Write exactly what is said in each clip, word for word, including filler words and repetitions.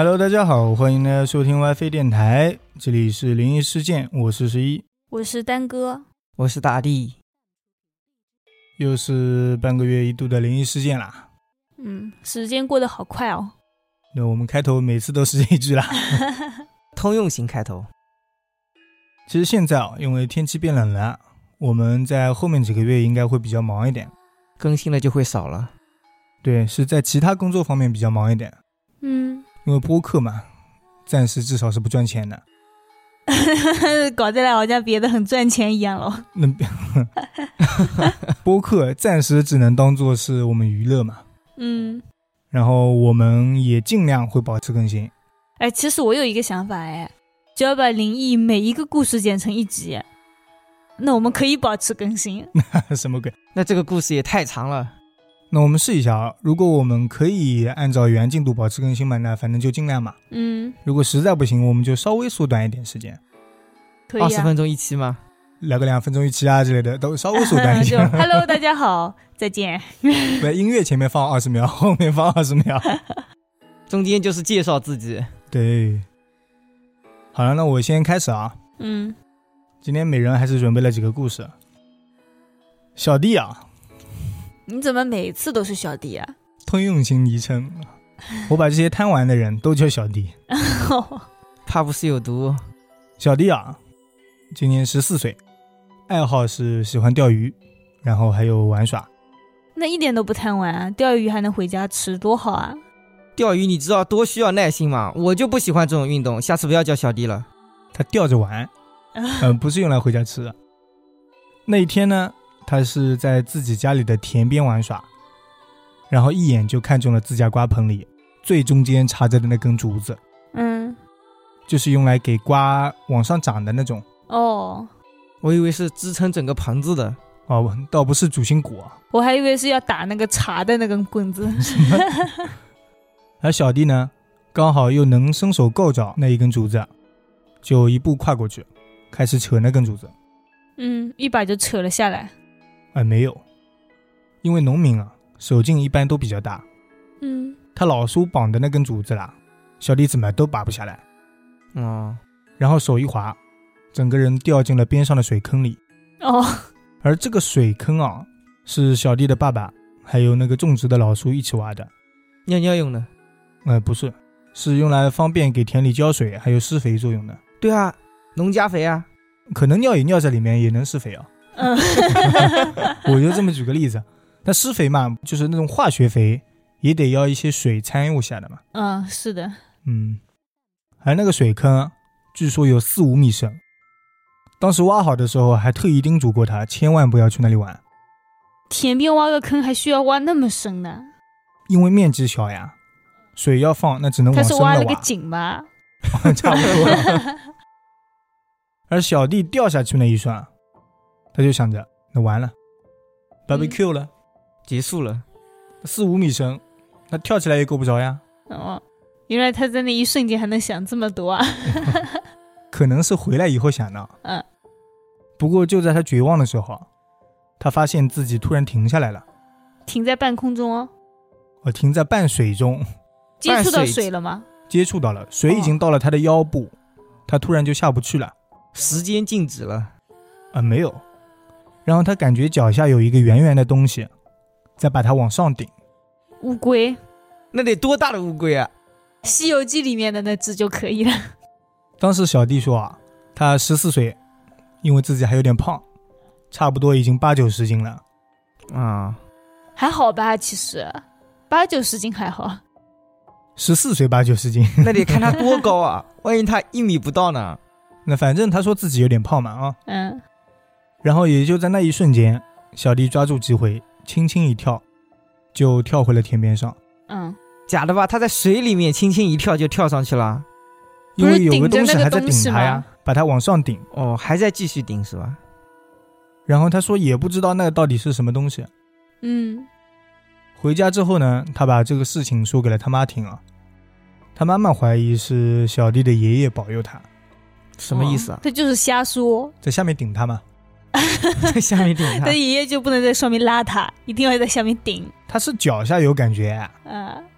Hello， 大家好，欢迎大家收听 WiFi 电台，这里是灵异事件，我是十一， 我是丹哥， 我是大地。 又是半个月一度的灵异事件啦。 嗯，时间过得好快哦。 那我们开头每次都是这一句啦。 通用型开头。 其实现在啊，因为天气变冷了，我们在后面几个月应该会比较忙一点， 更新了就会少了。 对，是在其他工作方面比较忙一点。 嗯， 因为播客嘛，暂时至少是不赚钱的。 搞得来好像别的很赚钱一样咯。 那播客暂时只能当做是我们娱乐嘛。 嗯， 然后我们也尽量会保持更新。 哎，其实我有一个想法，哎，只要把灵异每一个故事剪成一集，那我们可以保持更新。 什么鬼？ 那这个故事也太长了。 那我们试一下啊，如果我们可以按照原进度保持更新嘛，那反正就尽量嘛。 嗯， 如果实在不行，我们就稍微缩短一点时间。 可以啊。 二十分钟一期吗？ 来个两分钟一期啊之类的，都稍微缩短一下。 Hello， 大家好，再见。 音乐前面放二十秒，后面放二十秒， 中间就是介绍自己。 对。好了，那我先开始啊。 嗯。 今天每人还是准备了几个故事。小弟啊。 你怎么每次都是小弟啊？ 通用型昵称，我把这些贪玩的人都叫小弟。 怕不是有毒。 小弟啊，今年十四岁，爱好是喜欢钓鱼，然后还有玩耍。 那一点都不贪玩啊，钓鱼还能回家吃，多好啊！ 钓鱼你知道多需要耐心吗？我就不喜欢这种运动，下次不要叫小弟了。 他钓着玩，嗯、呃，不是用来回家吃的。那一天呢，他是在自己家里的田边玩耍，然后一眼就看中了自家瓜棚里最中间插着的那根竹子。 嗯， 就是用来给瓜往上长的那种。 哦， 我以为是支撑整个棚子的。 哦，倒不是主心骨啊。 我还以为是要打那个茶的那根棍子。 而小弟呢，刚好又能伸手够着那一根竹子，就一步跨过去，开始扯那根竹子。 嗯，一把就扯了下来。 哎，没有，因为农民啊，手劲一般都比较大。 嗯， 他老叔绑的那根竹子啦，小弟怎么都拔不下来。 哦， 然后手一滑，整个人掉进了边上的水坑里。 哦， 而这个水坑啊，是小弟的爸爸还有那个种植的老叔一起挖的。 尿尿用的？ 呃，不是，是用来方便给田里浇水还有施肥作用的。 对啊，农家肥啊。 可能尿也尿在里面，也能施肥啊。 嗯， 我就这么举个例子，那施肥嘛，就是那种化学肥，也得要一些水参与下的嘛。 嗯，是的。 嗯，而那个水坑，据说有四五米深。当时挖好的时候，还特意叮嘱过他，千万不要去那里玩。 田边挖个坑还需要挖那么深呢？ 因为面积小呀，水要放，那只能往深了挖。 他是挖了个井吧？ 差不多。而小弟掉下去那一瞬，他就想着，那完了 ，barbecue 了、嗯， 结束了。 四五米深，那跳起来也够不着呀。 哦，原来他在那一瞬间还能想这么多啊。 可能是回来以后想的。 嗯。 不过就在他绝望的时候，他发现自己突然停下来了。 停在半空中哦。 哦，停在半水中。 接触到水了吗？ 接触到了，水已经到了他的腰部，哦、他突然就下不去了。 时间静止了。 啊，没有。然后他感觉脚下有一个圆圆的东西在把他往上顶。 乌龟？ 那得多大的乌龟啊？ 西游记里面的那只就可以了。 当时小弟说啊，他十四岁，因为自己还有点胖，差不多已经八九十斤了。 啊， 还好吧，其实八九十斤还好。 十四岁八九十斤， 那得看他多高啊！万一他一米不到呢？ 那反正他说自己有点胖嘛啊。 嗯。 然后也就在那一瞬间，小弟抓住机会，轻轻一跳，就跳回了田边上。 嗯， 假的吧？他在水里面轻轻一跳就跳上去了， 因为有个东西还在顶他呀，把他往上顶。 哦，还在继续顶是吧？ 然后他说也不知道那个到底是什么东西。 嗯。 回家之后呢，他把这个事情说给了他妈听啊。他妈妈怀疑是小弟的爷爷保佑他。 什么意思啊？ 哦、他就是瞎说， 在下面顶他嘛。 在下面顶他， 但爷爷就不能在上面拉他，一定要在下面顶。 他是脚下有感觉、啊， 啊，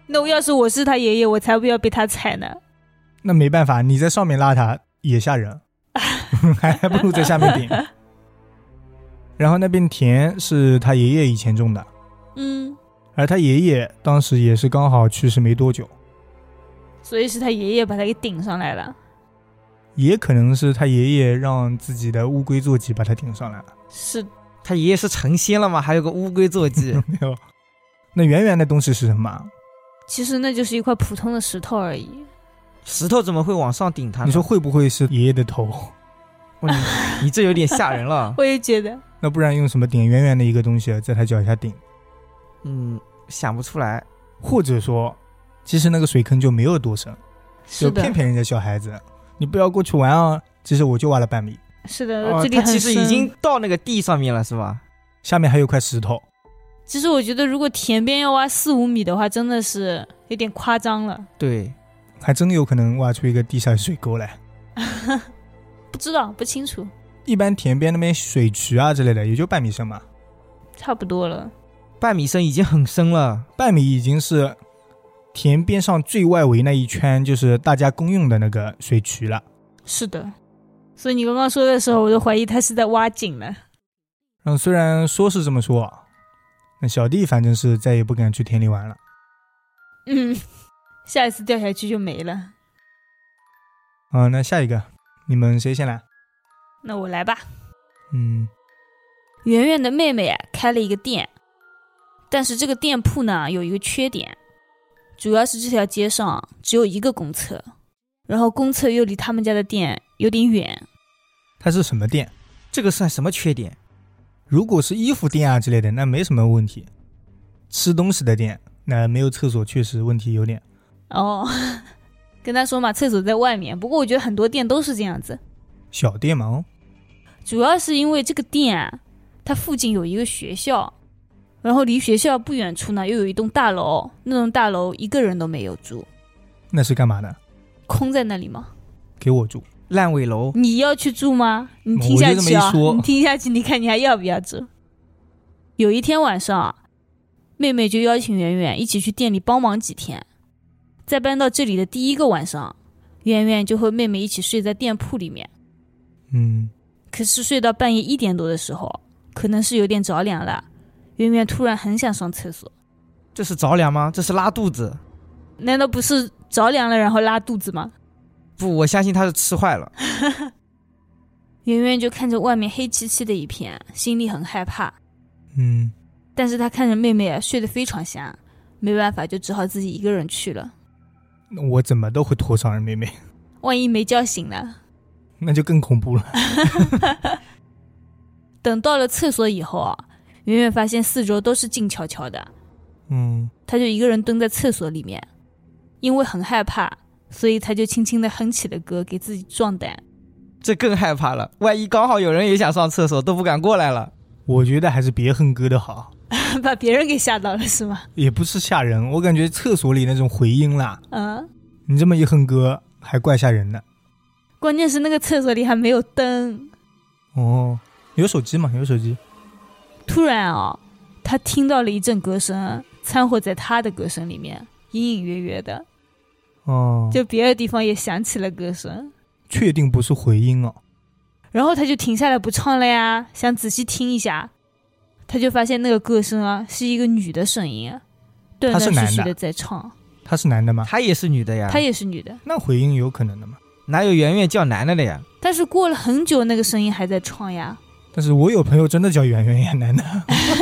那我要是我是他爷爷，我才不要被他踩呢。 那没办法，你在上面拉他也吓人，还不如在下面顶。然后那边田是他爷爷以前种的， 嗯， 而他爷爷当时也是刚好去世没多久， 所以是他爷爷把他给顶上来了。 也可能是他爷爷让自己的乌龟坐骑把他顶上来了。 是他爷爷是成仙了吗？还有个乌龟坐骑。 没有。那圆圆的东西是什么？ 其实那就是一块普通的石头而已。 石头怎么会往上顶他呢？ 你说会不会是爷爷的头？ 你, 你这有点吓人了。 我也觉得。 那不然用什么点圆圆的一个东西在他脚下顶？ 嗯，想不出来。 或者说其实那个水坑就没有多深， 是的， 就骗骗人家小孩子，你不要过去玩啊，其实我就挖了半米。 是的、 哦、 这里很深， 他其实已经到那个地上面了是吧？ 下面还有块石头。 其实我觉得如果田边要挖四五米的话真的是有点夸张了。 对， 还真有可能挖出一个地下水沟来。 不知道，不清楚。 一般田边那边水渠啊之类的也就半米深嘛。 差不多了。 半米深已经很深了。 半米已经是田边上最外围那一圈就是大家公用的那个水渠了。 是的，所以你刚刚说的时候我就怀疑他是在挖井了。 嗯，虽然说是这么说，那小弟反正是再也不敢去田里玩了。 嗯，下一次掉下去就没了。 啊，那下一个你们谁先来？ 那我来吧。 嗯， 圆圆的妹妹啊开了一个店，但是这个店铺呢有一个缺点，主要是这条街上只有一个公厕，然后公厕又离他们家的店有点远。 它是什么店？ 这个算什么缺点？ 如果是衣服店啊之类的那没什么问题，吃东西的店那没有厕所确实问题有点。 哦，跟他说嘛，厕所在外面，不过我觉得很多店都是这样子。 小店嘛。哦， 主要是因为这个店啊它附近有一个学校，然后离学校不远处呢又有一栋大楼，那栋大楼一个人都没有住。 那是干嘛的？ 空在那里吗？ 给我住。 烂尾楼。 你要去住吗？你听下去啊！你听下去，你看你还要不要住？有一天晚上啊，妹妹就邀请圆圆一起去店里帮忙几天。在搬到这里的第一个晚上，圆圆就和妹妹一起睡在店铺里面。 嗯， 可是睡到半夜一点多的时候，可能是有点着凉了，圆圆突然很想上厕所。 这是着凉吗？这是拉肚子。 难道不是着凉了然后拉肚子吗？ 不，我相信他是吃坏了。 圆圆就看着外面黑漆漆的一片，心里很害怕。 嗯， 但是她看着妹妹啊睡得非常香，没办法就只好自己一个人去了。 我怎么都会拖上人妹妹， 万一没叫醒了， 那就更恐怖了。 等到了厕所以后啊，圆圆发现四周都是静悄悄的。 嗯， 她就一个人蹲在厕所里面，因为很害怕，所以她就轻轻地哼起了歌给自己壮胆。 这更害怕了，万一刚好有人也想上厕所都不敢过来了。 我觉得还是别哼歌的好。 把别人给吓到了是吗？ 也不是吓人，我感觉厕所里那种回音啦， 嗯， 你这么一哼歌还怪吓人的。 关键是那个厕所里还没有灯。 哦，有手机嘛，有手机。 突然啊，他听到了一阵歌声掺和在他的歌声里面，隐隐约约的。 哦， 就别的地方也响起了歌声。 确定不是回音哦。 然后他就停下来不唱了呀，想仔细听一下。他就发现那个歌声啊是一个女的声音啊，断断续续的在唱。 他是男的吗？ 他也是女的呀。 他也是女的。 那回音有可能的吗？ 哪有圆圆叫男的的呀？ 但是过了很久那个声音还在唱呀。 但是我有朋友真的叫圆圆呀，男的。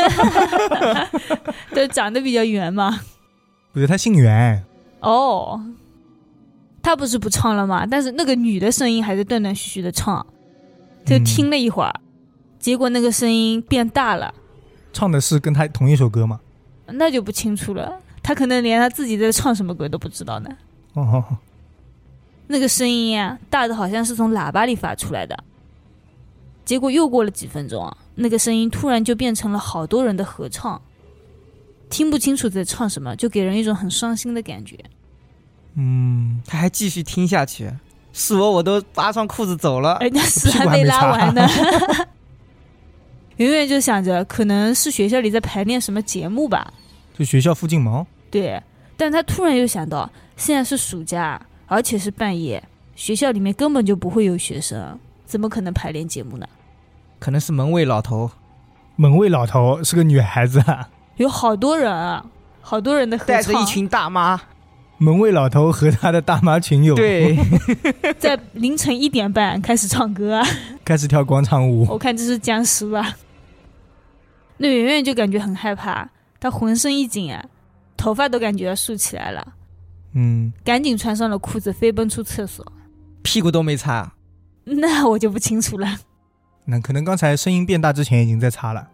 对，长得比较圆嘛。 不是，他姓袁。 哦，他不是不唱了吗？但是那个女的声音还在断断续续的唱。就听了一会儿、嗯、结果那个声音变大了。 唱的是跟他同一首歌吗？ 那就不清楚了，他可能连他自己在唱什么歌都不知道呢。 哦， 那个声音啊大的好像是从喇叭里发出来的。结果又过了几分钟啊，那个声音突然就变成了好多人的合唱，听不清楚在唱什么，就给人一种很伤心的感觉。 嗯， 他还继续听下去，是我我都扒上裤子走了。 人家屎还没拉完呢。圆圆就想着可能是学校里在排练什么节目吧。 就学校附近吗？ 对， 但他突然又想到，现在是暑假，而且是半夜，学校里面根本就不会有学生，怎么可能排练节目呢？ 可能是门卫老头。 门卫老头是个女孩子啊？ 有好多人啊，好多人的合唱， 带着一群大妈。 门卫老头和他的大妈群友， 对， 在凌晨一点半开始唱歌啊， 开始跳广场舞。 我看这是僵尸吧。那圆圆就感觉很害怕，她浑身一紧啊，头发都感觉要竖起来了。 嗯， 赶紧穿上了裤子，飞奔出厕所， 屁股都没擦。 那我就不清楚了。 那可能刚才声音变大之前已经在擦了。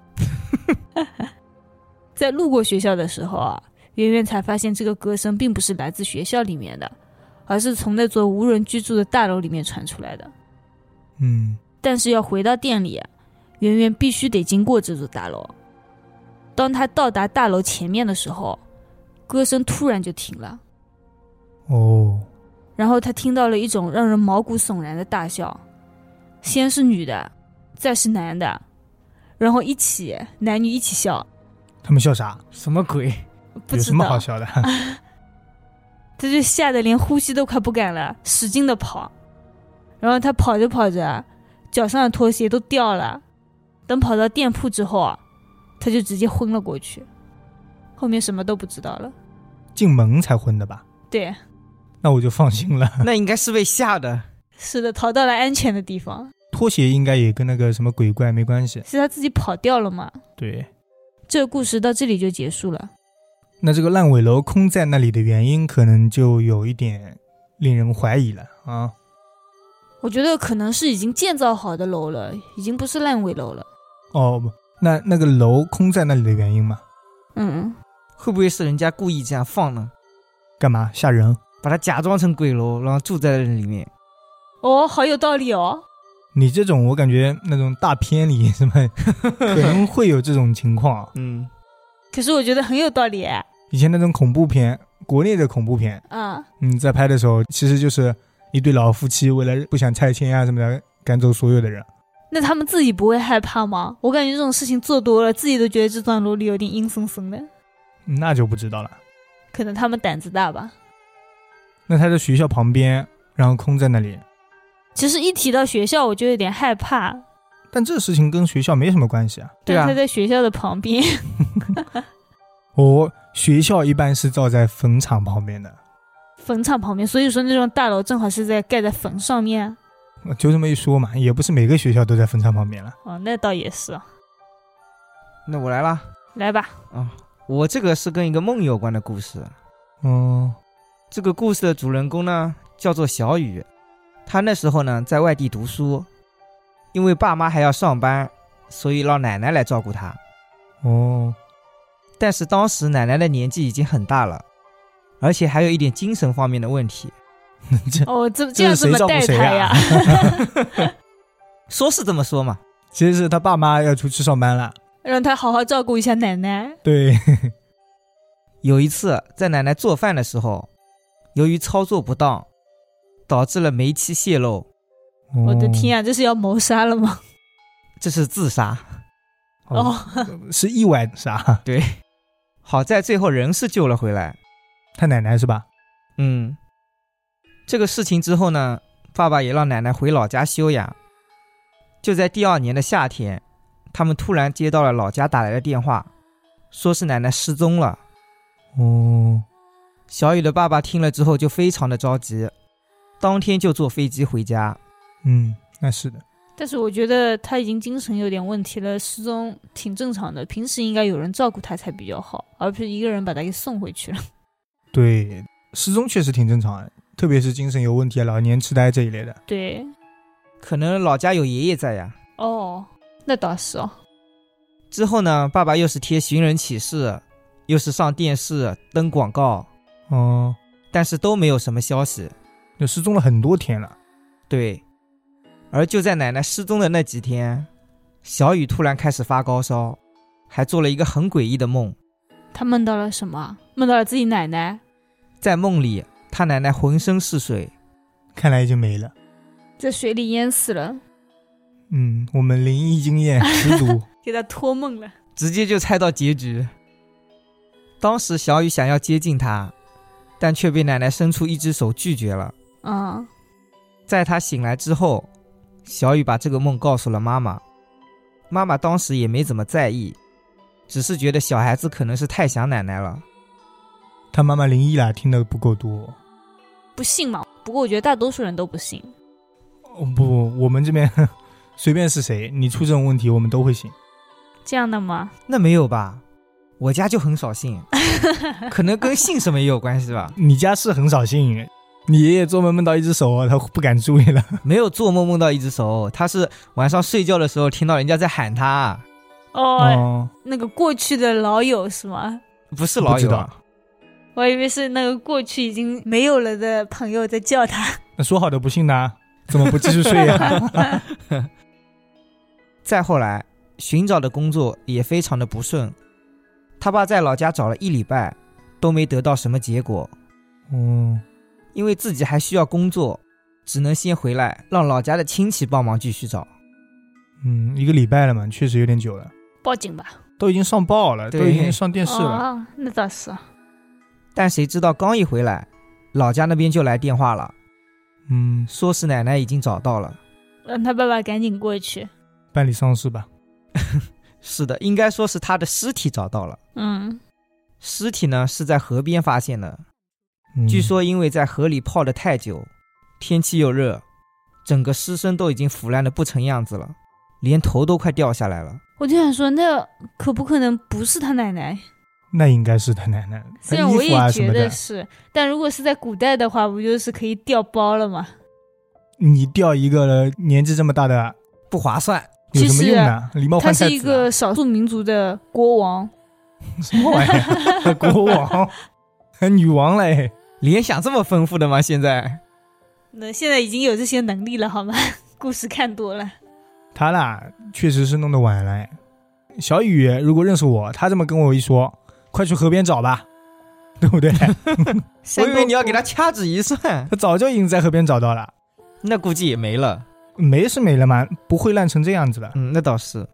在路过学校的时候啊，圆圆才发现这个歌声并不是来自学校里面的，而是从那座无人居住的大楼里面传出来的。 嗯， 但是要回到店里，圆圆必须得经过这座大楼。当他到达大楼前面的时候，歌声突然就停了。 哦， 然后他听到了一种让人毛骨悚然的大笑，先是女的，再是男的，然后一起男女一起笑。 他们笑啥？ 什么鬼？ 不知道有什么好笑的？ 他就吓得连呼吸都快不敢了，使劲的跑。然后他跑着跑着，脚上的拖鞋都掉了。等跑到店铺之后啊，他就直接昏了过去。后面什么都不知道了。 进门才昏的吧？ 对。 那我就放心了。 那应该是被吓的。 是的，逃到了安全的地方。 拖鞋应该也跟那个什么鬼怪没关系。 是他自己跑掉了嘛？ 对。 这个故事到这里就结束了。 那这个烂尾楼空在那里的原因可能就有一点令人怀疑了啊。 我觉得可能是已经建造好的楼了，已经不是烂尾楼了。 哦，那那个楼空在那里的原因吗？ 嗯， 会不会是人家故意这样放呢？ 干嘛吓人？ 把它假装成鬼楼，然后住在里面。 哦，好有道理哦。 你这种我感觉那种大片里什么可能会有这种情况。 嗯， 可是我觉得很有道理。 以前那种恐怖片，国内的恐怖片啊， 嗯，在拍的时候其实就是一对老夫妻为了不想拆迁啊什么的赶走所有的人。 那他们自己不会害怕吗？我感觉这种事情做多了，自己都觉得这幢楼里有点阴森森的。 那就不知道了， 可能他们胆子大吧。 那他在学校旁边，然后空在那里。 其实一提到学校我就有点害怕， 但这事情跟学校没什么关系啊。 对啊，他在学校的旁边。 哦，学校一般是造在坟场旁边的。 坟场旁边，所以说那种大楼正好是在盖在坟上面。 就这么一说嘛，也不是每个学校都在坟场旁边了。 哦，那倒也是。 那我来啦。 来吧。 啊，我这个是跟一个梦有关的故事。 嗯， 这个故事的主人公呢叫做小雨。他那时候呢在外地读书，因为爸妈还要上班，所以让奶奶来照顾他。 哦， 但是当时奶奶的年纪已经很大了，而且还有一点精神方面的问题。 哦，这这样这么带他呀？ 说是这么说嘛， 其实是他爸妈要出去上班了， 让他好好照顾一下奶奶。 对。 有一次在奶奶做饭的时候，由于操作不当，导致了煤气泄漏。 我的天啊，这是要谋杀了吗？ 这是自杀。 哦， 是意外杀。 对，好在最后人是救了回来。 他奶奶是吧？ 嗯，这个事情之后呢，爸爸也让奶奶回老家休养。就在第二年的夏天，他们突然接到了老家打来的电话，说是奶奶失踪了。 哦， 小雨的爸爸听了之后就非常的着急，当天就坐飞机回家。 嗯，那是的。 但是我觉得他已经精神有点问题了，失踪挺正常的，平时应该有人照顾他才比较好，而不是一个人把他给送回去了。 对，失踪确实挺正常的，特别是精神有问题、老年痴呆这一类的。 对， 可能老家有爷爷在呀。 哦，那倒是哦。 之后呢，爸爸又是贴寻人启事，又是上电视登广告， 哦， 但是都没有什么消息。 就失踪了很多天了。 对，而就在奶奶失踪的那几天，小雨突然开始发高烧，还做了一个很诡异的梦。 他梦到了什么？梦到了自己奶奶。 在梦里，他奶奶浑身是水， 看来已经没了， 在水里淹死了。 嗯，我们灵异经验十足。 给他托梦了， 直接就猜到结局。当时小雨想要接近他， 但却被奶奶伸出一只手拒绝了。 嗯， 在他醒来之后，小雨把这个梦告诉了妈妈。妈妈当时也没怎么在意，只是觉得小孩子可能是太想奶奶了。 他妈妈灵异啦，听得不够多。 不信嘛？不过我觉得大多数人都不信。 哦不，我们这边随便是谁，你出这种问题我们都会信。 这样的吗？ 那没有吧，我家就很少信。可能跟信什么也有关系吧。 你家是很少信，你爷爷做梦梦到一只手，他不敢注意了。 没有做梦梦到一只手，他是晚上睡觉的时候听到人家在喊他。 哦，哦那个过去的老友是吗？ 不是老友啊， 我以为是那个过去已经没有了的朋友在叫他。 那说好的不信呢？怎么不继续睡呀？ 再后来寻找的工作也非常的不顺，他爸在老家找了一礼拜都没得到什么结果。 嗯， 因为自己还需要工作，只能先回来让老家的亲戚帮忙继续找。 嗯，一个礼拜了嘛，确实有点久了。 报警吧， 都已经上报了，都已经上电视了。 哦，那倒是。 但谁知道刚一回来，老家那边就来电话了。 嗯， 说是奶奶已经找到了， 让他爸爸赶紧过去办理丧事吧。 是的，应该说是他的尸体找到了。 嗯， 尸体呢是在河边发现的。 嗯、 据说因为在河里泡得太久，天气又热，整个尸身都已经腐烂得不成样子了，连头都快掉下来了。 我就想说，那可不可能不是他奶奶？ 那应该是他奶奶。 虽然我也觉得是，但如果是在古代的话，不就是可以调包了吗？ 你调一个年纪这么大的不划算， 有什么用呢？狸猫换太子、啊、 他是一个少数民族的国王。 什么玩意儿？国王还女王嘞？ 联想这么丰富的吗？现在那现在已经有这些能力了好吗？故事看多了。 他啦确实是弄得晚了。小雨如果认识我，他这么跟我一说，快去河边找吧，对不对？ 我以为你要给他掐指一算， 他早就已经在河边找到了。 那估计也没了。 没是没了嘛，不会烂成这样子的。 嗯，那倒是。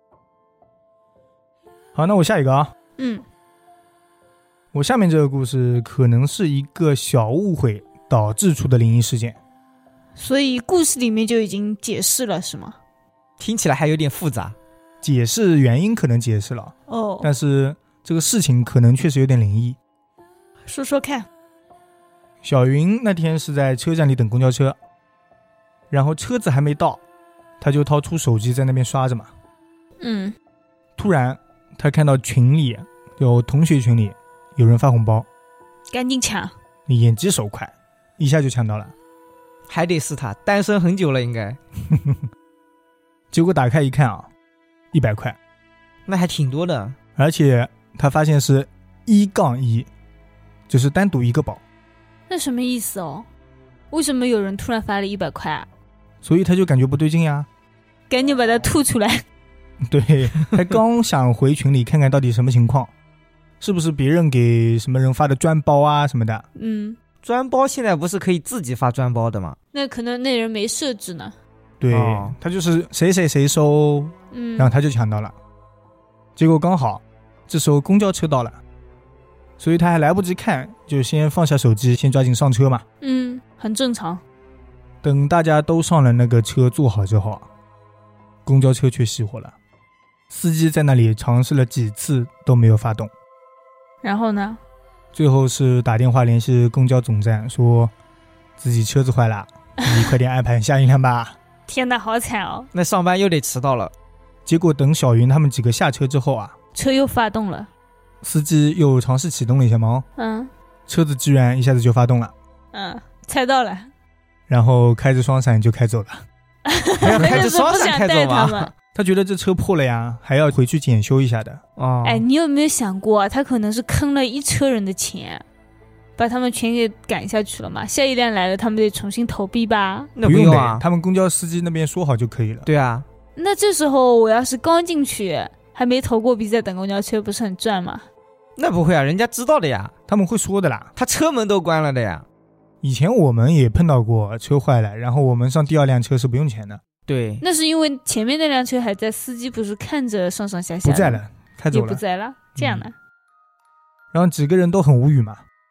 好，那我下一个啊。 嗯， 我下面这个故事可能是一个小误会导致出的灵异事件。 所以故事里面就已经解释了是吗？ 听起来还有点复杂。 解释原因可能解释了哦， 但是这个事情可能确实有点灵异。 说说看。 小云那天是在车站里等公交车，然后车子还没到，他就掏出手机在那边刷着嘛。 嗯， 突然他看到群里有同学群里有人发红包， 赶紧抢， 眼疾手快一下就抢到了。 还得是他单身很久了应该。 结果打开一看啊，一百块， 那还挺多的。 而且他发现是一杠一，就是单独一个宝。 那什么意思哦？为什么有人突然发了一百块啊？ 所以他就感觉不对劲呀， 赶紧把它吐出来。 对，他刚想回群里看看到底什么情况，是不是别人给什么人发的专包啊什么的。 嗯， 专包现在不是可以自己发专包的吗？ 那可能那人没设置呢。 对、 哦、 他就是谁谁谁收， 嗯， 然后他就抢到了。结果刚好这时候公交车到了，所以他还来不及看，就先放下手机，先抓紧上车嘛。 嗯，很正常。 等大家都上了那个车坐好之后，公交车却熄火了，司机在那里尝试了几次都没有发动。 然后呢？ 最后是打电话联系公交总站，说自己车子坏了，你快点安排下一辆吧。 天哪，好惨哦！ 那上班又得迟到了。 结果等小云他们几个下车之后啊， 车又发动了， 司机又尝试启动了一下嘛， 嗯， 车子居然一下子就发动了， 嗯，猜到了， 然后开着双闪就开走了。 还要开着双闪开走吗？ 他觉得这车破了呀，还要回去检修一下的。 哦， 哎，你有没有想过，他可能是坑了一车人的钱，把他们全给赶下去了嘛？下一辆来了，他们得重新投币吧？ 那不用啊， 他们公交司机那边说好就可以了。 对啊， 那这时候我要是刚进去，还没投过币，在等公交车，不是很赚吗？ 那不会啊，人家知道的呀， 他们会说的啦。 他车门都关了的呀。 以前我们也碰到过车坏了，然后我们上第二辆车是不用钱的。 对， 那是因为前面那辆车还在，司机不是看着上上下下不在了，开走了， 也不在了，这样的、嗯。 然后几个人都很无语嘛，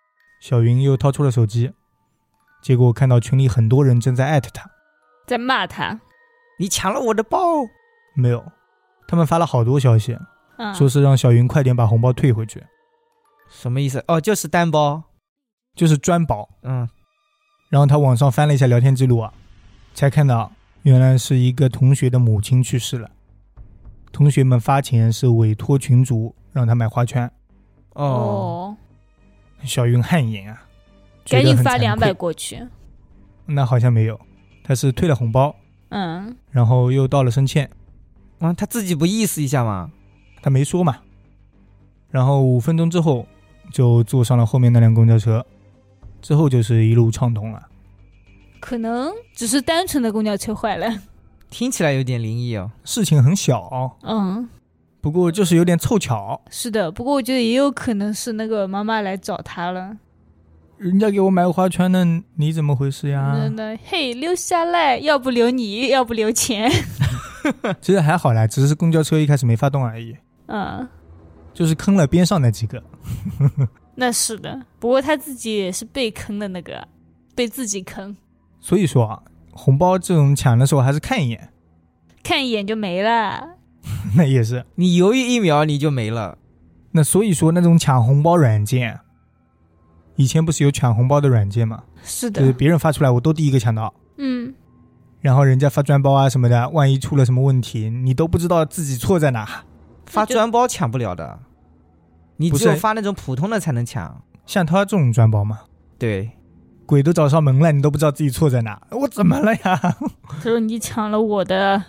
小云又掏出了手机，结果看到群里很多人正在艾特他， 在骂他， 你抢了我的包。 没有，他们发了好多消息、 嗯、 说是让小云快点把红包退回去。 什么意思？哦，就是单包， 就是专保。 嗯， 然后他网上翻了一下聊天记录啊，才看到原来是一个同学的母亲去世了，同学们发钱是委托群主让他买花圈。 哦， 小云汗颜啊， 赶紧发两百过去。 那好像没有，他是退了红包， 嗯， 然后又道了声歉。 啊，他自己不意思一下吗？ 他没说嘛。然后五分钟之后就坐上了后面那辆公交车，之后就是一路畅通了。 可能只是单纯的公交车坏了， 听起来有点灵异哦。 事情很小， 嗯， 不过就是有点凑巧。 是的，不过我觉得也有可能是那个妈妈来找他了。 人家给我买花圈呢，你怎么回事呀？ 那那嘿，留下来，要不留你，要不留钱。 其实还好啦，只是公交车一开始没发动而已。 嗯， 就是坑了边上那几个。 那是的，不过他自己也是被坑的那个，被自己坑。 所以说啊，红包这种抢的时候还是看一眼， 看一眼就没了。 那也是， 你犹豫一秒你就没了。 那所以说那种抢红包软件，以前不是有抢红包的软件吗？ 是的， 就是别人发出来我都第一个抢到。 嗯， 然后人家发专包啊什么的，万一出了什么问题，你都不知道自己错在哪。 发专包抢不了的，你只有发那种普通的才能抢。 像他这种专包嘛， 对， 鬼都找上门了，你都不知道自己错在哪。我怎么了呀？ 他说你抢了我的。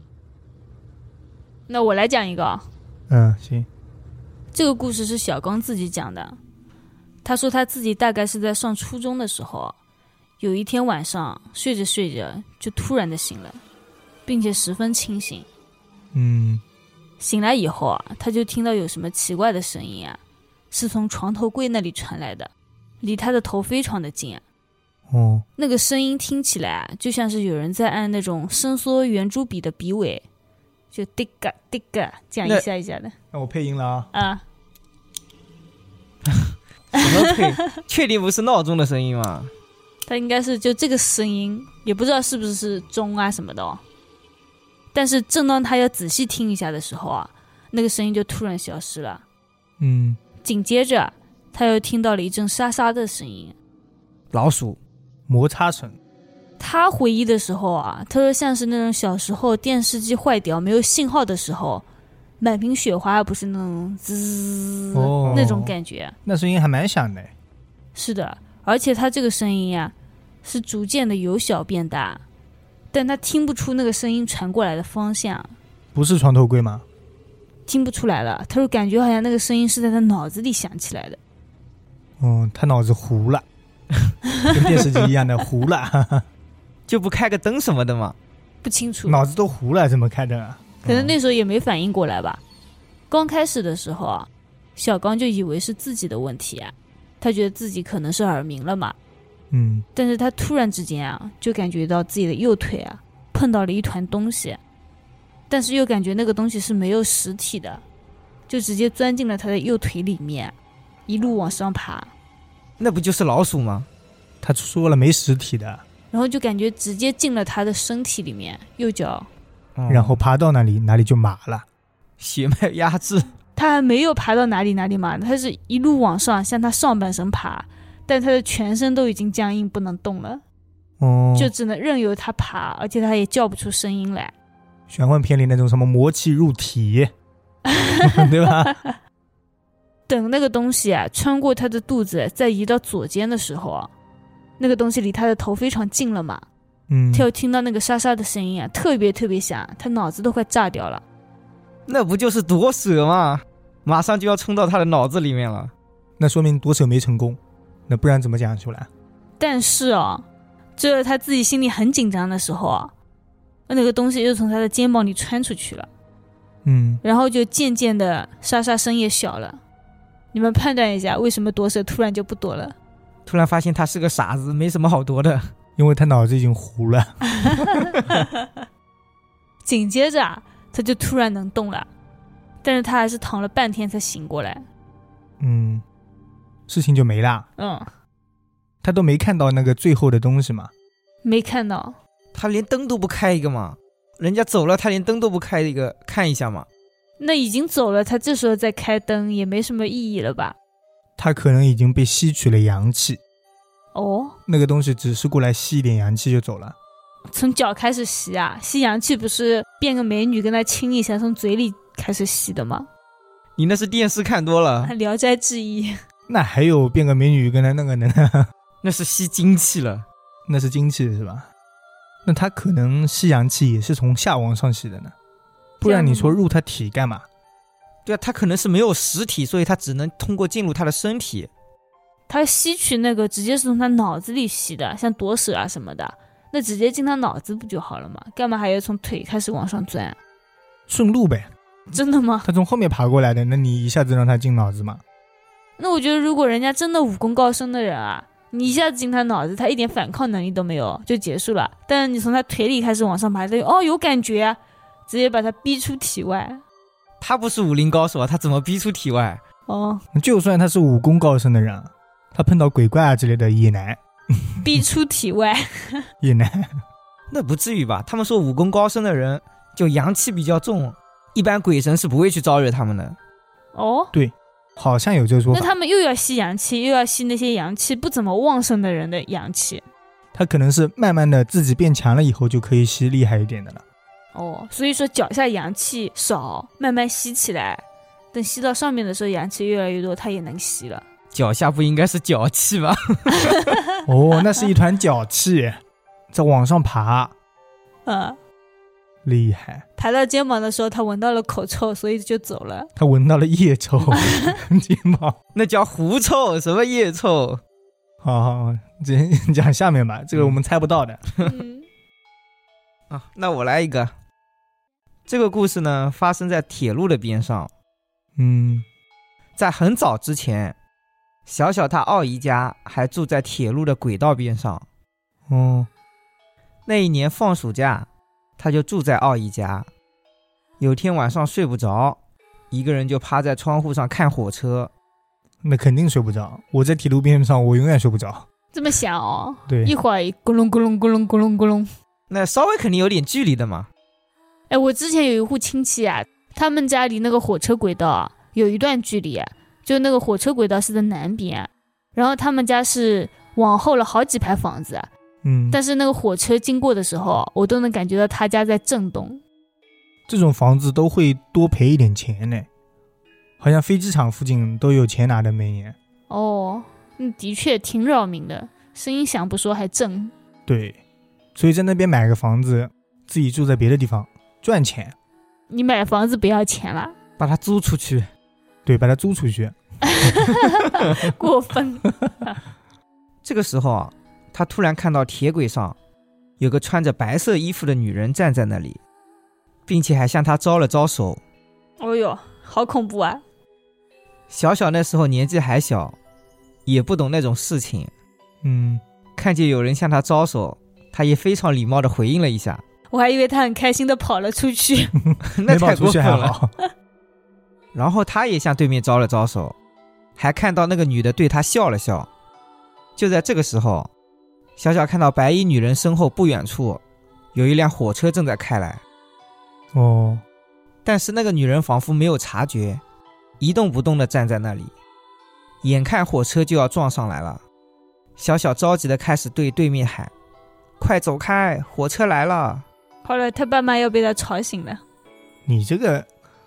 那我来讲一个。 嗯，行。 这个故事是小刚自己讲的。他说他自己大概是在上初中的时候，有一天晚上睡着睡着就突然的醒了，并且十分清醒。 嗯， 醒来以后啊，他就听到有什么奇怪的声音啊，是从床头柜那里传来的，离他的头非常的近啊。 哦， 那个声音听起来啊，就像是有人在按那种伸缩圆珠笔的笔尾，就滴嘎滴嘎这样一下一下的。 那我配音了啊。 啊。 什么配？确定不是闹钟的声音吗？ 它应该是就这个声音，也不知道是不是钟啊什么的哦。但是正当他要仔细听一下的时候啊，那个声音就突然消失了。 嗯， 紧接着他又听到了一阵沙沙的声音， 老鼠摩擦声。 他回忆的时候啊，他说像是那种小时候电视机坏掉没有信号的时候，满屏雪花不是那种滋、哦、那种感觉。 那声音还蛮响的。 是的，而且他这个声音呀、啊，是逐渐的由小变大，但他听不出那个声音传过来的方向。 不是床头柜吗？ 听不出来了，他说感觉好像那个声音是在他脑子里响起来的。 嗯，他脑子糊了，跟电视机一样的糊了。 就不开个灯什么的吗？ 不清楚， 脑子都糊了，怎么开灯啊？ 可能那时候也没反应过来吧。刚开始的时候啊，小刚就以为是自己的问题啊，他觉得自己可能是耳鸣了嘛。 嗯， 但是他突然之间啊，就感觉到自己的右腿啊碰到了一团东西，但是又感觉那个东西是没有实体的，就直接钻进了他的右腿里面，一路往上爬。 那不就是老鼠吗？ 他说了没实体的。 然后就感觉直接进了他的身体里面，右脚， 嗯、然后爬到哪里哪里就麻了， 血脉压制。 他还没有爬到哪里哪里麻，他是一路往上向他上半身爬，但他的全身都已经僵硬不能动了， 哦， 就只能任由他爬，而且他也叫不出声音来。 玄幻片里那种什么魔气入体，对吧？ 等那个东西啊穿过他的肚子，再移到左肩的时候啊。那个东西离他的头非常近了嘛， 嗯， 他又听到那个沙沙的声音啊，特别特别响，他脑子都快炸掉了。 那不就是夺舍吗？马上就要冲到他的脑子里面了。 那说明夺舍没成功，那不然怎么讲出来？ 但是啊，这他自己心里很紧张的时候啊，那个东西又从他的肩膀里穿出去了， 嗯， 然后就渐渐的沙沙声也小了。你们判断一下，为什么夺舍突然就不夺了？ 突然发现他是个傻子，没什么好夺的， 因为他脑子已经糊了。 紧接着啊，他就突然能动了，但是他还是躺了半天才醒过来。 嗯，事情就没了。 嗯， 他都没看到那个最后的东西嘛？ 没看到。 他连灯都不开一个嘛？人家走了，他连灯都不开一个看一下嘛？ 那已经走了，他这时候再开灯也没什么意义了吧？ 他可能已经被吸取了阳气。 哦， 那个东西只是过来吸一点阳气就走了。 从脚开始吸啊？吸阳气不是变个美女跟他亲一下，从嘴里开始吸的吗？ 你那是电视看多了。 聊斋志异。 那还有变个美女跟他那个呢？ 那是吸精气了。 那是精气是吧？那他可能吸阳气也是从下往上吸的呢，不然你说入他体干嘛？ 对啊，他可能是没有实体，所以他只能通过进入他的身体。 他吸取那个直接是从他脑子里吸的，像夺舍啊什么的，那直接进他脑子不就好了吗？干嘛还要从腿开始往上钻？ 顺路呗。 真的吗？ 他从后面爬过来的，那你一下子让他进脑子吗？ 那我觉得如果人家真的武功高深的人啊，你一下子进他脑子，他一点反抗能力都没有就结束了。但是你从他腿里开始往上爬，他就哦有感觉啊，直接把他逼出体外。 他不是武林高手啊，他怎么逼出体外？ 哦， 就算他是武功高深的人，他碰到鬼怪啊之类的也难。 逼出体外也难。 那不至于吧？他们说武功高深的人就阳气比较重，一般鬼神是不会去招惹他们的。 哦， 对，好像有这个说法。 那他们又要吸阳气，又要吸那些阳气不怎么旺盛的人的阳气。 他可能是慢慢的自己变强了以后就可以吸厉害一点的了。 哦，所以说脚下阳气少，慢慢吸起来，等吸到上面的时候阳气越来越多，他也能吸了。 脚下不应该是脚气吗？ 哦，那是一团脚气在往上爬。 嗯， 厉害。 爬到肩膀的时候他闻到了口臭，所以就走了。 他闻到了腋臭。肩膀那叫狐臭，什么腋臭？ 好好好，讲下面吧，这个我们猜不到的。 嗯啊，那我来一个。这个故事呢发生在铁路的边上。 嗯， 在很早之前，小小他奥姨家还住在铁路的轨道边上。 哦， 那一年放暑假，他就住在奥姨家。有天晚上睡不着，一个人就趴在窗户上看火车。 那肯定睡不着，我在铁路边上我永远睡不着。 这么想哦？ 对， 一会儿咕隆咕隆咕隆咕隆咕隆， 那稍微肯定有点距离的嘛。 哎，我之前有一户亲戚啊，他们家离那个火车轨道啊有一段距离啊，就那个火车轨道是在南边，然后他们家是往后了好几排房子， 嗯， 但是那个火车经过的时候，我都能感觉到他家在震动。 这种房子都会多赔一点钱呢，好像飞机场附近都有钱拿的每年。 哦，嗯，的确挺扰民的，声音响不说还震。 对，所以在那边买个房子，自己住在别的地方赚钱。 你买房子不要钱了？ 把它租出去。 对，把它租出去。 过分。 这个时候啊，他突然看到铁轨上有个穿着白色衣服的女人站在那里，并且还向他招了招手。 哦哟，好恐怖啊！ 小小那时候年纪还小，也不懂那种事情。 嗯， 看见有人向他招手，他也非常礼貌地回应了一下。 我还以为他很开心地跑了出去。 那太过分了。 还好。 然后他也向对面招了招手，还看到那个女的对他笑了笑。就在这个时候，小小看到白衣女人身后不远处有一辆火车正在开来。 哦， 但是那个女人仿佛没有察觉，一动不动地站在那里。眼看火车就要撞上来了，小小着急地开始对对面喊：快走开，火车来了。 后来他爸妈又被他吵醒了。 你这个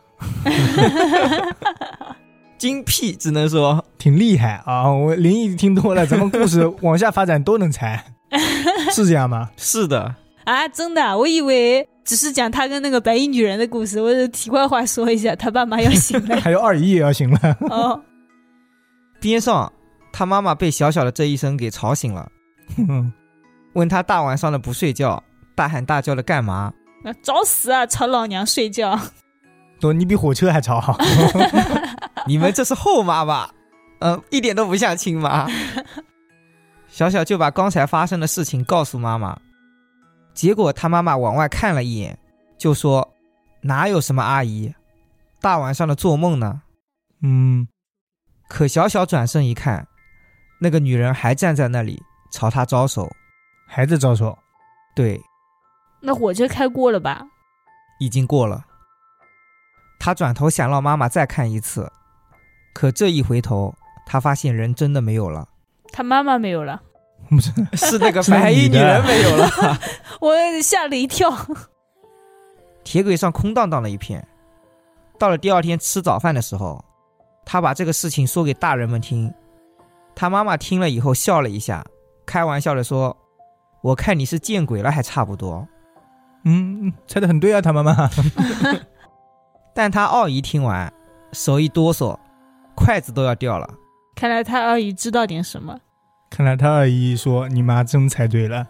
精辟，只能说挺厉害啊！我灵异听多了，咱们故事往下发展都能猜。是这样吗？ 是的啊，真的，我以为只是讲他跟那个白衣女人的故事。我的题外话说一下，他爸妈要醒了。 还有二姨也要醒了。 哦， 边上他妈妈被小小的这一声给吵醒了。问他大晚上的不睡觉，大喊大叫的干嘛？ 找死啊，吵老娘睡觉。 都你比火车还吵。 你们这是后妈吧？嗯、呃，一点都不像亲妈。小小就把刚才发生的事情告诉妈妈，结果他妈妈往外看了一眼，就说哪有什么阿姨，大晚上的做梦呢。 嗯， 可小小转身一看， 那个女人还站在那里朝他招手。 还在招手？ 对。 那火车开过了吧？ 已经过了。他转头想让妈妈再看一次，可这一回头他发现人真的没有了。 他妈妈没有了？ 是那个白衣女人没有了。 我吓了一跳。 铁轨上空荡荡的一片。到了第二天吃早饭的时候，他把这个事情说给大人们听。他妈妈听了以后笑了一下，开玩笑的说，我看你是见鬼了还差不多。 嗯，猜得很对啊，他妈妈。 但他二姨听完手一哆嗦，筷子都要掉了。 看来他二姨知道点什么。 看来他二姨说你妈真猜对了。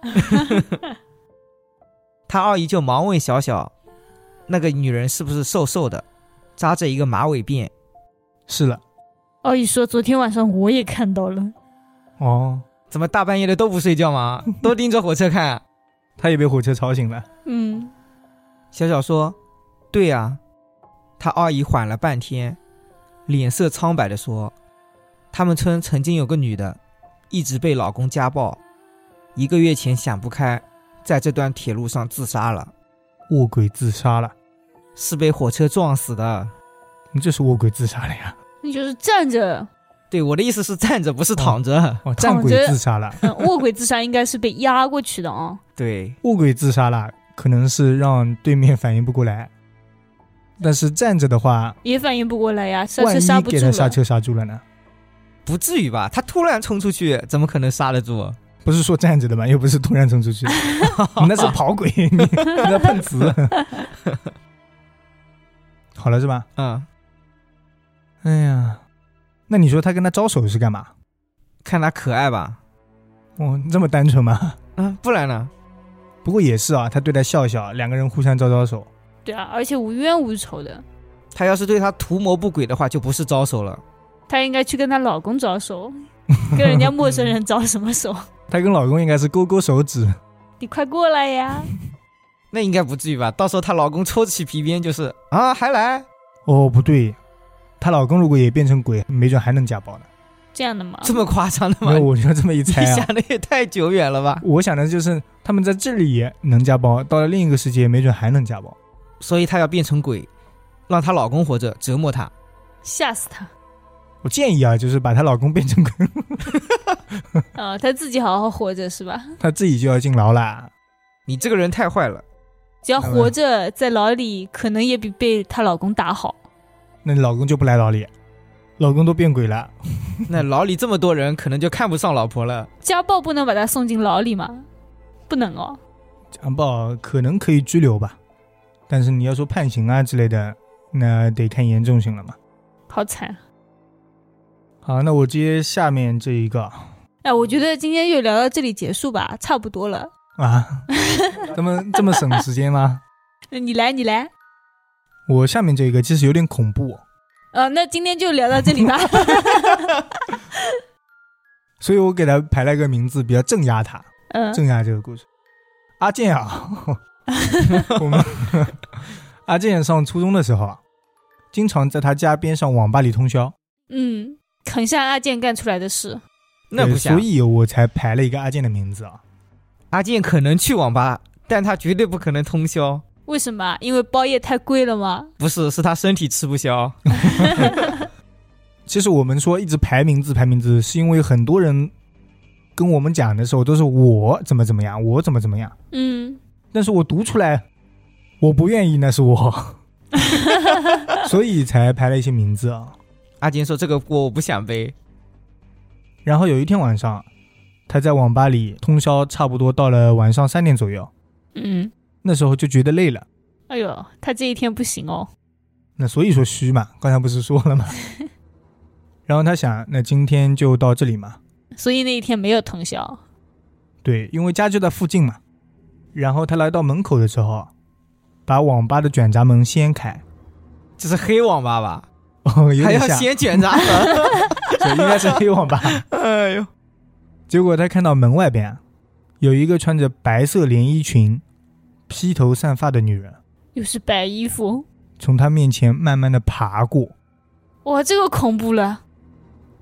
他二姨就忙问小小，那个女人是不是瘦瘦的，扎着一个马尾辫？ 是了。 二姨说昨天晚上我也看到了。 哦， 怎么大半夜的都不睡觉吗？都盯着火车看。 他也被火车吵醒了。 嗯， 小小说对啊。他二姨缓了半天，脸色苍白地说，他们村曾经有个女的一直被老公家暴，一个月前想不开，在这段铁路上自杀了。 卧轨自杀了？ 是被火车撞死的。 你这是卧轨自杀了呀？ 你就是站着。 对，我的意思是站着不是躺着。 哦，哦站轨自杀了。 嗯，卧轨自杀应该是被压过去的啊、哦。 对， 卧轨自杀了可能是让对面反应不过来，但是站着的话也反应不过来呀，刹车刹不住了。 万一给他刹车刹住了呢？ 不至于吧，他突然冲出去怎么可能刹得住？ 不是说站着的吗？又不是突然冲出去的。你那是跑轨，你你在碰瓷。好了是吧？ 嗯。 哎呀，那你说他跟他招手是干嘛？ 看他可爱吧。 哦，这么单纯吗？ 嗯，不然呢？ 不过也是啊，他对他笑笑，两个人互相招招手。 对啊，而且无冤无仇的。 他要是对他图谋不轨的话，就不是招手了。 他应该去跟他老公招手，跟人家陌生人招什么手？ 他跟老公应该是勾勾手指。 你快过来呀！ 那应该不至于吧？到时候她老公抽起皮鞭就是啊，还来？ 哦，不对，她老公如果也变成鬼，没准还能家暴呢。 这样的吗？ 这么夸张的吗？ 我就这么一猜啊。 你想的也太久远了吧？ 我想的就是他们在这里也能家暴，到了另一个世界没准还能家暴， 所以她要变成鬼，让她老公活着折磨她， 吓死她。 我建议啊，就是把她老公变成鬼。 哦，她自己好好活着是吧？ 她自己就要进牢啦。 你这个人太坏了。 只要活着在牢里，可能也比被她老公打好。 那你老公就不来牢里，老公都变鬼了。 那牢里这么多人，可能就看不上老婆了。 家暴不能把他送进牢里吗？不能哦。 家暴可能可以拘留吧，但是你要说判刑啊之类的，那得看严重性了嘛。 好惨。 好，那我接下面这一个。 哎，我觉得今天就聊到这里结束吧，差不多了。 啊，这么这么省时间吗？ 你来，你来。 我下面这个其实有点恐怖。 呃，那今天就聊到这里吧。 所以我给他排了个名字，比较镇压他， 嗯， 镇压这个故事。阿健啊，我们阿健上初中的时候啊，经常在他家边上网吧里通宵。 嗯，很像阿健干出来的事。 那不像， 所以我才排了一个阿健的名字啊。 阿健可能去网吧，但他绝对不可能通宵。 为什么？因为包夜太贵了吗？ 不是，是他身体吃不消。 其实我们说一直排名字排名字，是因为很多人跟我们讲的时候都是我怎么怎么样，我怎么怎么样。 嗯， 但是我读出来，我不愿意，那是我，所以才排了一些名字啊。 阿健说这个锅我不想背。 然后有一天晚上，他在网吧里通宵，差不多到了晚上三点左右。 嗯， 那时候就觉得累了。 哎呦，他这一天不行哦。 那所以说虚嘛，刚才不是说了吗？然后他想，那今天就到这里嘛。 所以那一天没有通宵。 对，因为家就在附近嘛。然后他来到门口的时候，把网吧的卷闸门掀开。 这是黑网吧吧？ 哦，有还点像要掀卷闸门。 对，应该是黑网吧。 哎呦！ 结果他看到门外边有一个穿着白色连衣裙、披头散发的女人， 又是白衣服， 从他面前慢慢的爬过。 哇，这个恐怖了。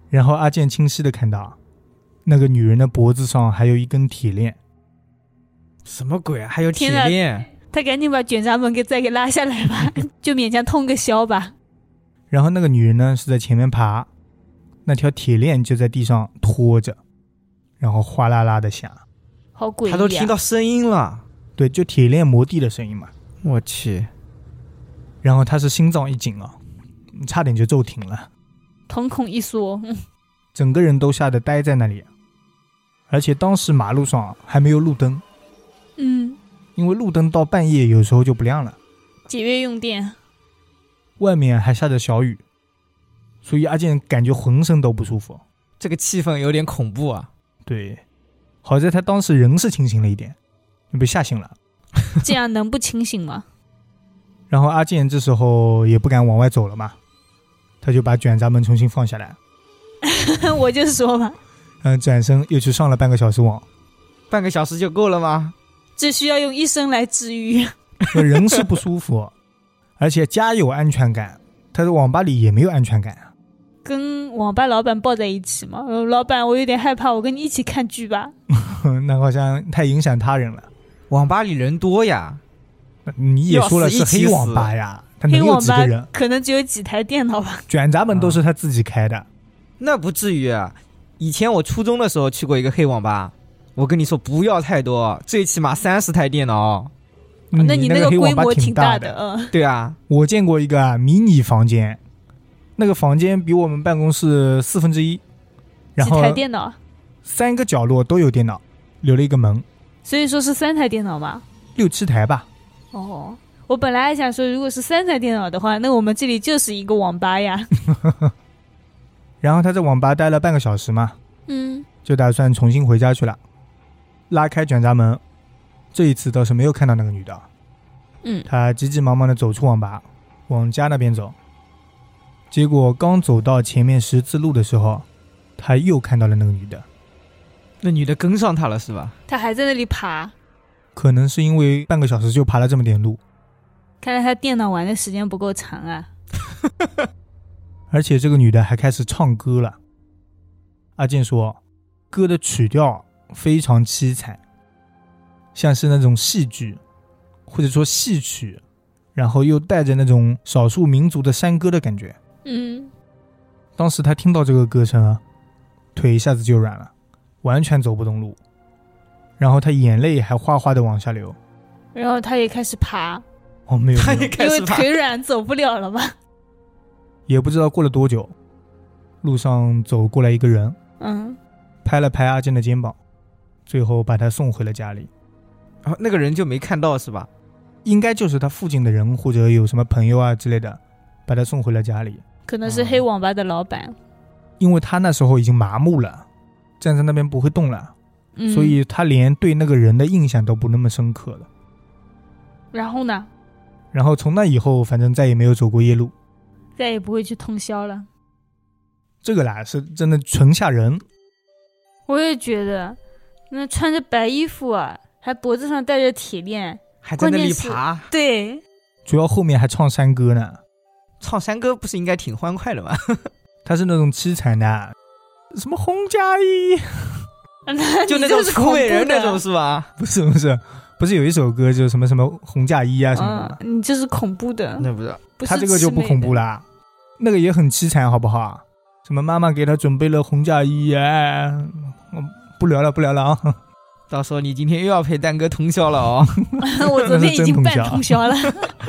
然后阿健清晰的看到那个女人的脖子上还有一根铁链。 什么鬼啊，还有铁链？ 他赶紧把卷闸门给再给拉下来吧，就勉强通个宵吧。 然后那个女人呢是在前面爬，那条铁链就在地上拖着，然后哗啦啦的响， 好诡异啊！ 他都听到声音了。 对，就铁链磨地的声音嘛。 我去！ 然后他是心脏一紧啊，差点就骤停了， 瞳孔一缩， 整个人都吓得呆在那里。而且当时马路上还没有路灯， 嗯， 因为路灯到半夜有时候就不亮了， 节约用电。 外面还下着小雨，所以阿健感觉浑身都不舒服， 这个气氛有点恐怖啊。 对，好在他当时人是清醒了一点，被吓醒了。 这样能不清醒吗？ 然后阿健这时候也不敢往外走了嘛，他就把卷闸门重新放下来。 我就说嘛， 嗯，转身又去上了半个小时网。 半个小时就够了吗？ 这需要用一生来治愈。 人是不舒服，而且家有安全感，他在网吧里也没有安全感啊。 跟网吧老板抱在一起嘛，老板我有点害怕，我跟你一起看剧吧。 那好像太影响他人了。 网吧里人多呀， 你也说了是黑网吧呀，他能有几个人？ 可能只有几台电脑吧。 卷闸门都是他自己开的。啊， 那不至于啊。以前我初中的时候去过一个黑网吧，我跟你说不要太多，最起码三十台电脑。 嗯， 那你那个规模挺大的。 嗯， 对啊， 我见过一个啊迷你房间，那个房间比我们办公室四分之一，然后几台电脑， 三个角落都有电脑，留了一个门， 所以说是三台电脑吧？ 六七台吧。 哦，我本来还想说，如果是三台电脑的话，那我们这里就是一个网吧呀。 然后他在网吧待了半个小时嘛， 嗯， 就打算重新回家去了。拉开卷闸门，这一次倒是没有看到那个女的。 嗯， 他急急忙忙的走出网吧，往家那边走。结果刚走到前面十字路的时候，他又看到了那个女的。 那女的跟上他了是吧？ 他还在那里爬， 可能是因为半个小时就爬了这么点路， 看来他电脑玩的时间不够长啊。 而且这个女的还开始唱歌了。阿健说歌的曲调非常凄惨，像是那种戏剧或者说戏曲，然后又带着那种少数民族的山歌的感觉。 嗯， 当时他听到这个歌声啊，腿一下子就软了，完全走不动路，然后他眼泪还哗哗的往下流。 然后他也开始爬。 哦，没有， 他也开始爬， 因为腿软走不了了吧。 也不知道过了多久，路上走过来一个人， 嗯， 拍了拍阿健的肩膀，最后把他送回了家里。 然后那个人就没看到是吧？ 应该就是他附近的人或者有什么朋友啊之类的，把他送回了家里。 可能是黑网吧的老板。 因为他那时候已经麻木了，站在那边不会动了，嗯，所以他连对那个人的印象都不那么深刻了。 然后呢？ 然后从那以后反正再也没有走过夜路， 再也不会去通宵了。 这个啦是真的纯吓人。 我也觉得，那穿着白衣服啊，还脖子上带着铁链， 还在那里爬。 对， 主要后面还唱山歌呢。 唱山歌不是应该挺欢快的吗？ 他是那种凄惨的，什么红嫁衣， 就那种楚美人那种是吧？ 不是不是不是有一首歌就什么什么红嫁衣啊什么的， 嗯，你这是恐怖的。 那不是， 他这个就不恐怖啦，那个也很凄惨好不好？什么妈妈给他准备了红嫁衣啊，不聊了不聊了啊！ 到时候你今天又要陪蛋哥通宵了哦。 我昨天已经半通宵了。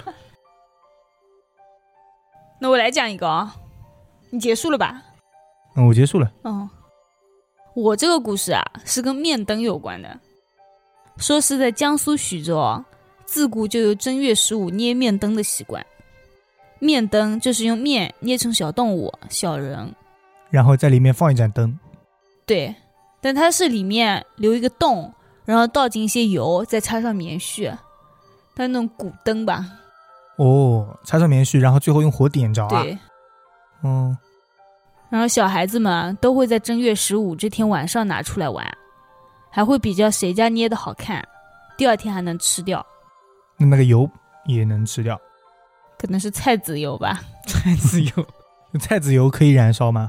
那我来讲一个啊，你结束了吧？ 嗯，我结束了。 嗯，我这个故事啊是跟面灯有关的，说是在江苏徐州啊，自古就有正月十五捏面灯的习惯。面灯就是用面捏成小动物、小人， 然后在里面放一盏灯。 对，但它是里面留一个洞，然后倒进一些油，再插上棉絮，它那种古灯吧。 哦，插上棉絮，然后最后用火点着啊。 对， 嗯。 然后小孩子们都会在正月十五这天晚上拿出来玩，还会比较谁家捏的好看，第二天还能吃掉。 那那个油也能吃掉？ 可能是菜籽油吧。 菜籽油， 菜籽油可以燃烧吗？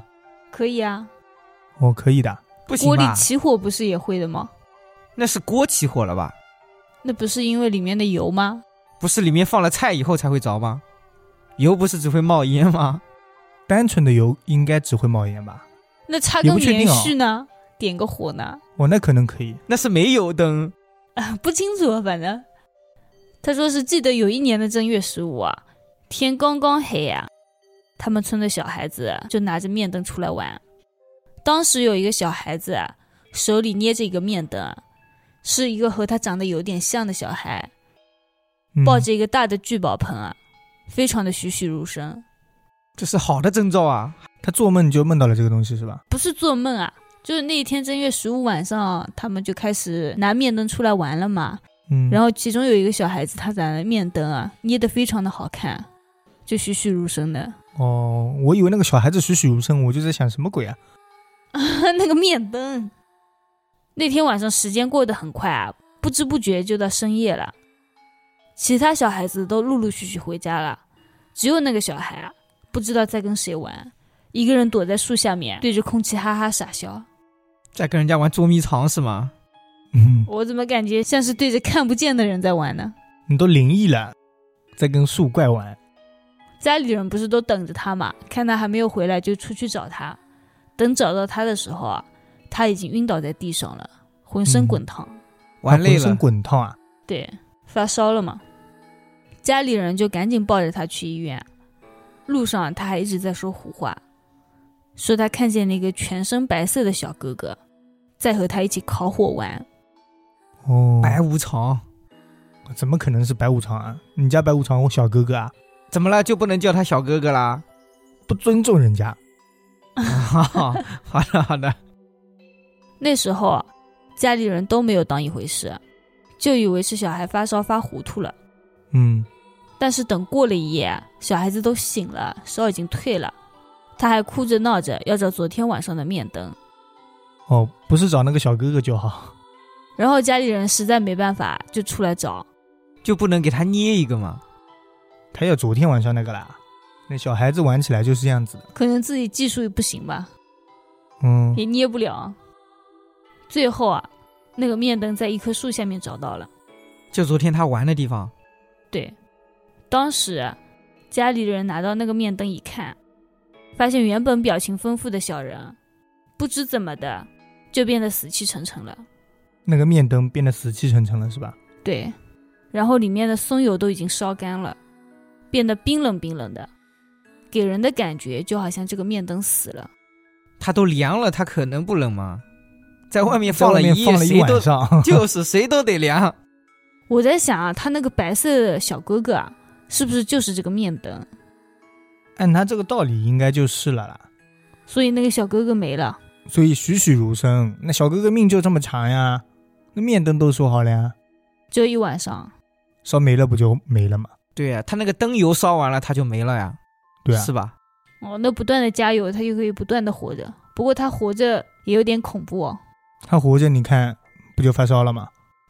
可以啊。 哦，可以的。 不行吧？ 锅里起火不是也会的吗？ 那是锅起火了吧？ 那不是因为里面的油吗？ 不是里面放了菜以后才会着吗？油不是只会冒烟吗？ 单纯的油应该只会冒烟吧？ 那插根棉絮呢、哦、点个火呢？ 哦，那可能可以。 那是煤油灯啊，不清楚，反正他说是记得有一年的正月十五啊，天刚刚黑啊，他们村的小孩子就拿着面灯出来玩。当时有一个小孩子啊，手里捏着一个面灯，是一个和他长得有点像的小孩，抱着一个大的聚宝盆啊，非常的栩栩如生。 这是好的征兆啊！ 他做梦就梦到了这个东西是吧？ 不是做梦啊，就是那一天正月十五晚上，他们就开始拿面灯出来玩了嘛。嗯，然后其中有一个小孩子，他拿的面灯啊，捏得非常的好看，就栩栩如生的。 哦，我以为那个小孩子栩栩如生，我就在想什么鬼啊？ 那个面灯。那天晚上时间过得很快啊，不知不觉就到深夜了。其他小孩子都陆陆续续回家了，只有那个小孩啊，不知道在跟谁玩，一个人躲在树下面，对着空气哈哈傻笑。 在跟人家玩捉迷藏是吗？ 嗯， 我怎么感觉像是对着看不见的人在玩呢？ 你都灵异了，在跟树怪玩。 家里人不是都等着他嘛，看他还没有回来就出去找他。等找到他的时候啊，他已经晕倒在地上了，浑身滚烫、嗯、 玩累了。 浑身滚烫啊？ 对，发烧了嘛。家里人就赶紧抱着他去医院。路上他还一直在说胡话，说他看见那个全身白色的小哥哥在和他一起烤火玩。 哦， 白无常？ 怎么可能是白无常啊？你家白无常我小哥哥啊？ 怎么了就不能叫他小哥哥啦？ 不尊重人家。 好的好的。 那时候啊，家里人都没有当一回事，就以为是小孩发烧发糊涂了。 嗯， 但是等过了一夜，小孩子都醒了，烧已经退了，他还哭着闹着要找昨天晚上的面灯。 哦，不是找那个小哥哥就好。 然后家里人实在没办法，就出来找。 就不能给他捏一个吗？ 他要昨天晚上那个啦。那小孩子玩起来就是这样子的， 可能自己技术也不行吧， 嗯， 也捏不了。最后啊，那个面灯在一棵树下面找到了， 就昨天他玩的地方。 对，当时、啊、家里人拿到那个面灯一看，发现原本表情丰富的小人，不知怎么的就变得死气沉沉了。 那个面灯变得死气沉沉了是吧？ 对，然后里面的松油都已经烧干了，变得冰冷冰冷的，给人的感觉就好像这个面灯死了。 它都凉了，它可能不冷吗？在外面放了一夜， 放了一晚上， 就是谁都得凉。 我在想啊，他那个白色的小哥哥啊，是不是就是这个面灯？ 按他这个道理应该就是了啦。 所以那个小哥哥没了， 所以栩栩如生。那小哥哥命就这么长呀，那面灯都说好了呀， 就一晚上， 烧没了不就没了吗？ 对呀、啊，他那个灯油烧完了，他就没了呀。 对啊， 是吧？ 哦，那不断的加油，他就可以不断的活着。不过他活着也有点恐怖哦。 他活着，你看不就发烧了吗？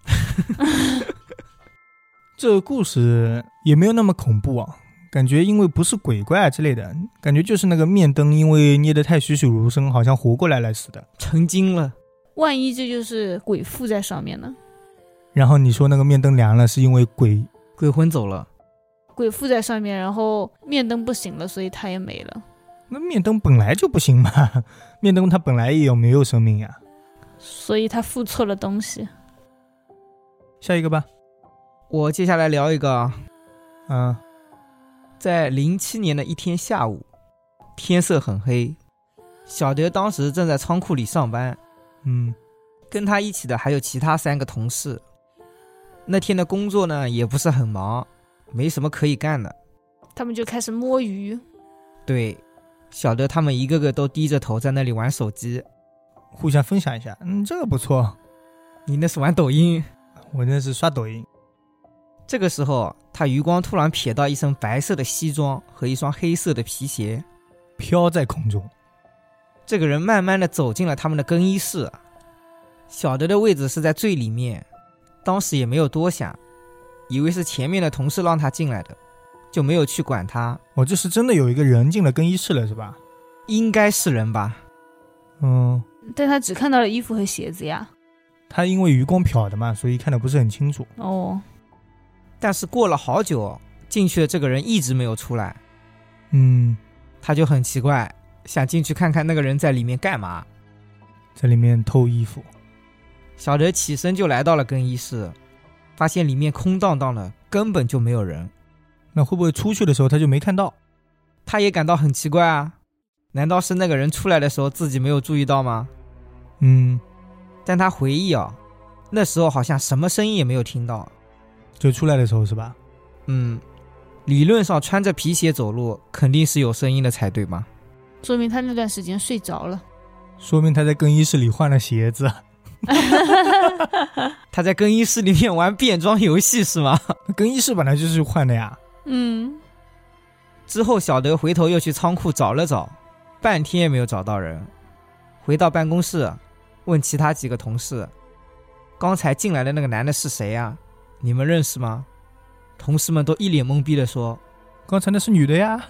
这个故事也没有那么恐怖啊，感觉因为不是鬼怪之类的，感觉就是那个面灯因为捏得太栩栩如生，好像活过来了似的， 成精了。 万一这就是鬼附在上面呢？ 然后你说那个面灯凉了，是因为鬼鬼魂走了， 鬼附在上面，然后面灯不行了，所以它也没了。 那面灯本来就不行嘛，面灯它本来也有没有生命呀， 所以它附错了东西。 下一个吧。 我接下来聊一个， 嗯， 在零七年的一天下午，天色很黑，小德当时正在仓库里上班， 嗯， 跟他一起的还有其他三个同事。那天的工作呢也不是很忙，没什么可以干的， 他们就开始摸鱼。 对，小德他们一个个都低着头在那里玩手机， 互相分享一下。嗯，这个不错。 你那是玩抖音， 我那是刷抖音。 这个时候他余光突然瞥到一身白色的西装和一双黑色的皮鞋飘在空中。 这个人慢慢的走进了他们的更衣室，小德的位置是在最里面，当时也没有多想，以为是前面的同事让他进来的，就没有去管他。 哦，就是真的有一个人进了更衣室了是吧？ 应该是人吧。 嗯， 但他只看到了衣服和鞋子呀。 他因为余光瞟的嘛，所以看得不是很清楚。 哦， 但是过了好久，进去的这个人一直没有出来。 嗯， 他就很奇怪，想进去看看那个人在里面干嘛， 在里面偷衣服。 小德起身就来到了更衣室，发现里面空荡荡的，根本就没有人。 那会不会出去的时候他就没看到？ 他也感到很奇怪啊，难道是那个人出来的时候自己没有注意到吗？ 嗯， 但他回忆啊，那时候好像什么声音也没有听到。 就出来的时候是吧？ 嗯，理论上穿着皮鞋走路肯定是有声音的才对吗？ 说明他那段时间睡着了。 说明他在更衣室里换了鞋子。 他在更衣室里面玩变装游戏是吗？ 更衣室本来就是换的呀。 嗯。 之后小德回头又去仓库找了找，半天也没有找到人。回到办公室，问其他几个同事，刚才进来的那个男的是谁啊？你们认识吗？同事们都一脸懵逼的说， 刚才那是女的呀。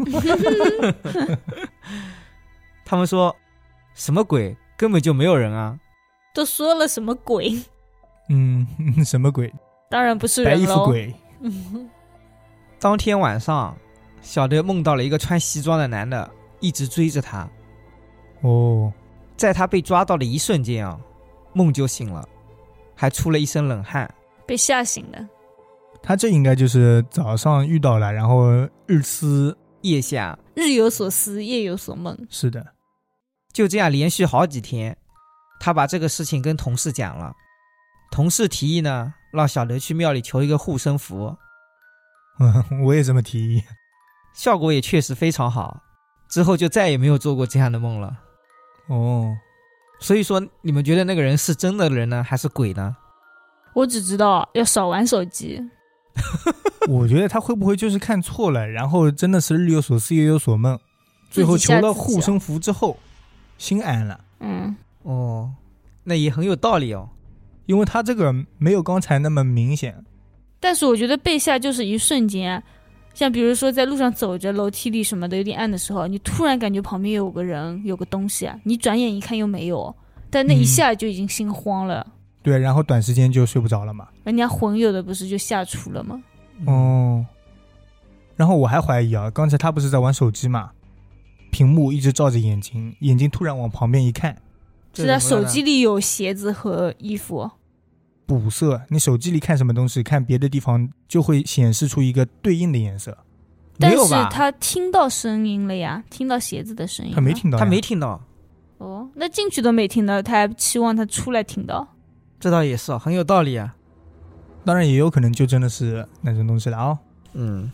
他们说，什么鬼，根本就没有人啊。 都说了什么鬼？ 嗯，什么鬼？ 当然不是人咯， 白衣服鬼。 当天晚上，小德梦到了一个穿西装的男的一直追着他。 哦， 在他被抓到的一瞬间啊，梦就醒了，还出了一身冷汗， 被吓醒了。 他这应该就是早上遇到了，然后日思夜想， 日有所思，夜有所梦。 是的， 就这样连续好几天，他把这个事情跟同事讲了。同事提议呢，让小德去庙里求一个护身符。 嗯，我也这么提议， 效果也确实非常好。之后就再也没有做过这样的梦了。 哦， 所以说你们觉得那个人是真的人呢，还是鬼呢？ 我只知道要少玩手机。 我觉得他会不会就是看错了，然后真的是日有所思夜有所梦，最后求了护身符之后心安了。 嗯， 哦，那也很有道理哦， 因为他这个没有刚才那么明显。 但是我觉得被吓就是一瞬间，像比如说在路上走着，楼梯里什么的有点暗的时候，你突然感觉旁边有个人有个东西啊，你转眼一看又没有，但那一下就已经心慌了。 嗯，对，然后短时间就睡不着了嘛。 人家魂有的不是就吓出了吗？ 哦，然后我还怀疑啊，刚才他不是在玩手机嘛，屏幕一直照着眼睛，眼睛突然往旁边一看， 是他手机里有鞋子和衣服。 补色，你手机里看什么东西，看别的地方就会显示出一个对应的颜色。 但是他听到声音了呀，听到鞋子的声音。 他没听到， 他没听到。 哦，那进去都没听到，他还期望他出来听到？ 这倒也是，很有道理啊。 当然也有可能就真的是那种东西了啊、哦。 嗯，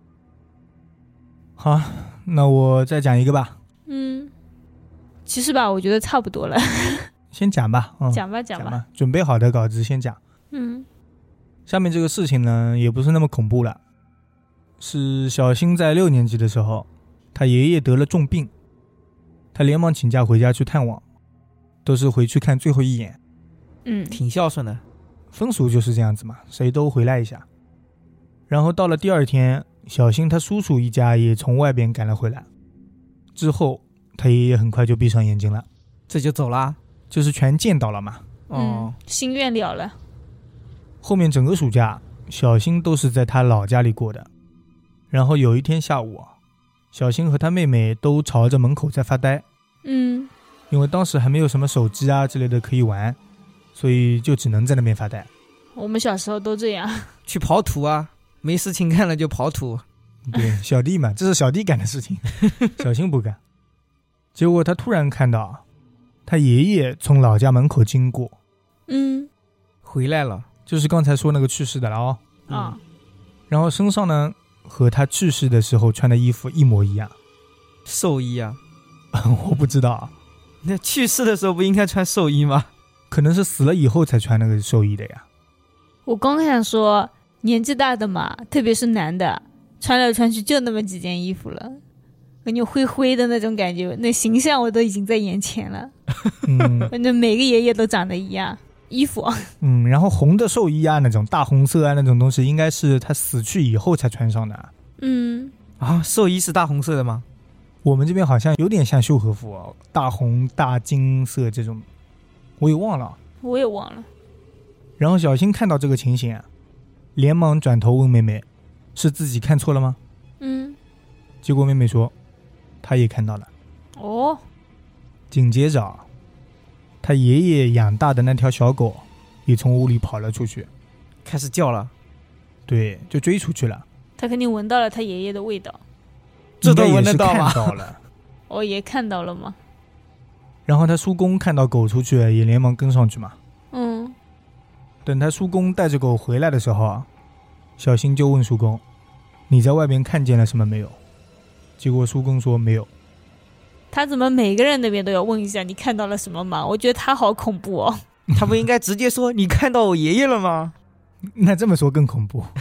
好，那我再讲一个吧。 嗯，其实吧，我觉得差不多了。 先讲吧，嗯， 讲吧，讲吧， 讲吧，准备好的稿子先讲。 嗯， 下面这个事情呢，也不是那么恐怖了，是小新在六年级的时候，他爷爷得了重病，他连忙请假回家去探望，都是回去看最后一眼。 嗯， 挺孝顺的， 风俗就是这样子嘛，谁都回来一下。然后到了第二天，小新他叔叔一家也从外边赶了回来，之后他爷爷很快就闭上眼睛了， 这就走了， 就是全见到了嘛。 哦、嗯，心愿了了。 后面整个暑假，小新都是在他老家里过的。然后有一天下午，小新和他妹妹都朝着门口在发呆。 嗯， 因为当时还没有什么手机啊之类的可以玩，所以就只能在那边发呆。 我们小时候都这样， 去刨土啊，没事情干了就刨土。 对，小弟嘛，这是小弟干的事情，小新不干。结果他突然看到他爷爷从老家门口经过， 嗯， 回来了， 就是刚才说那个去世的了哦。 啊、 嗯，然后身上呢和他去世的时候穿的衣服一模一样。 寿衣啊？ 我不知道。 那去世的时候不应该穿寿衣吗？ 可能是死了以后才穿那个寿衣的呀。 我刚想说年纪大的嘛，特别是男的，穿来穿去就那么几件衣服了，感觉灰灰的那种感觉，那形象我都已经在眼前了。嗯，反正每个爷爷都长得一样，衣服。 嗯，然后红的寿衣啊，那种大红色啊，那种东西应该是他死去以后才穿上的。 嗯， 啊，寿衣是大红色的吗？ 我们这边好像有点像秀禾服哦，大红大金色这种，我也忘了。 我也忘了。 然后小新看到这个情形啊，连忙转头问妹妹，是自己看错了吗？ 嗯。 结果妹妹说她也看到了。 哦。 紧接着啊，他爷爷养大的那条小狗也从屋里跑了出去， 开始叫了。 对，就追出去了。 他肯定闻到了他爷爷的味道。 这都闻得到吗？ 看到了。 我也看到了吗？ 然后他叔公看到狗出去也连忙跟上去嘛。 嗯。 等他叔公带着狗回来的时候啊，小新就问叔公，你在外边看见了什么没有？结果叔公说没有。 他怎么每个人那边都要问一下你看到了什么吗？我觉得他好恐怖哦。 他不应该直接说你看到我爷爷了吗？ 那这么说更恐怖。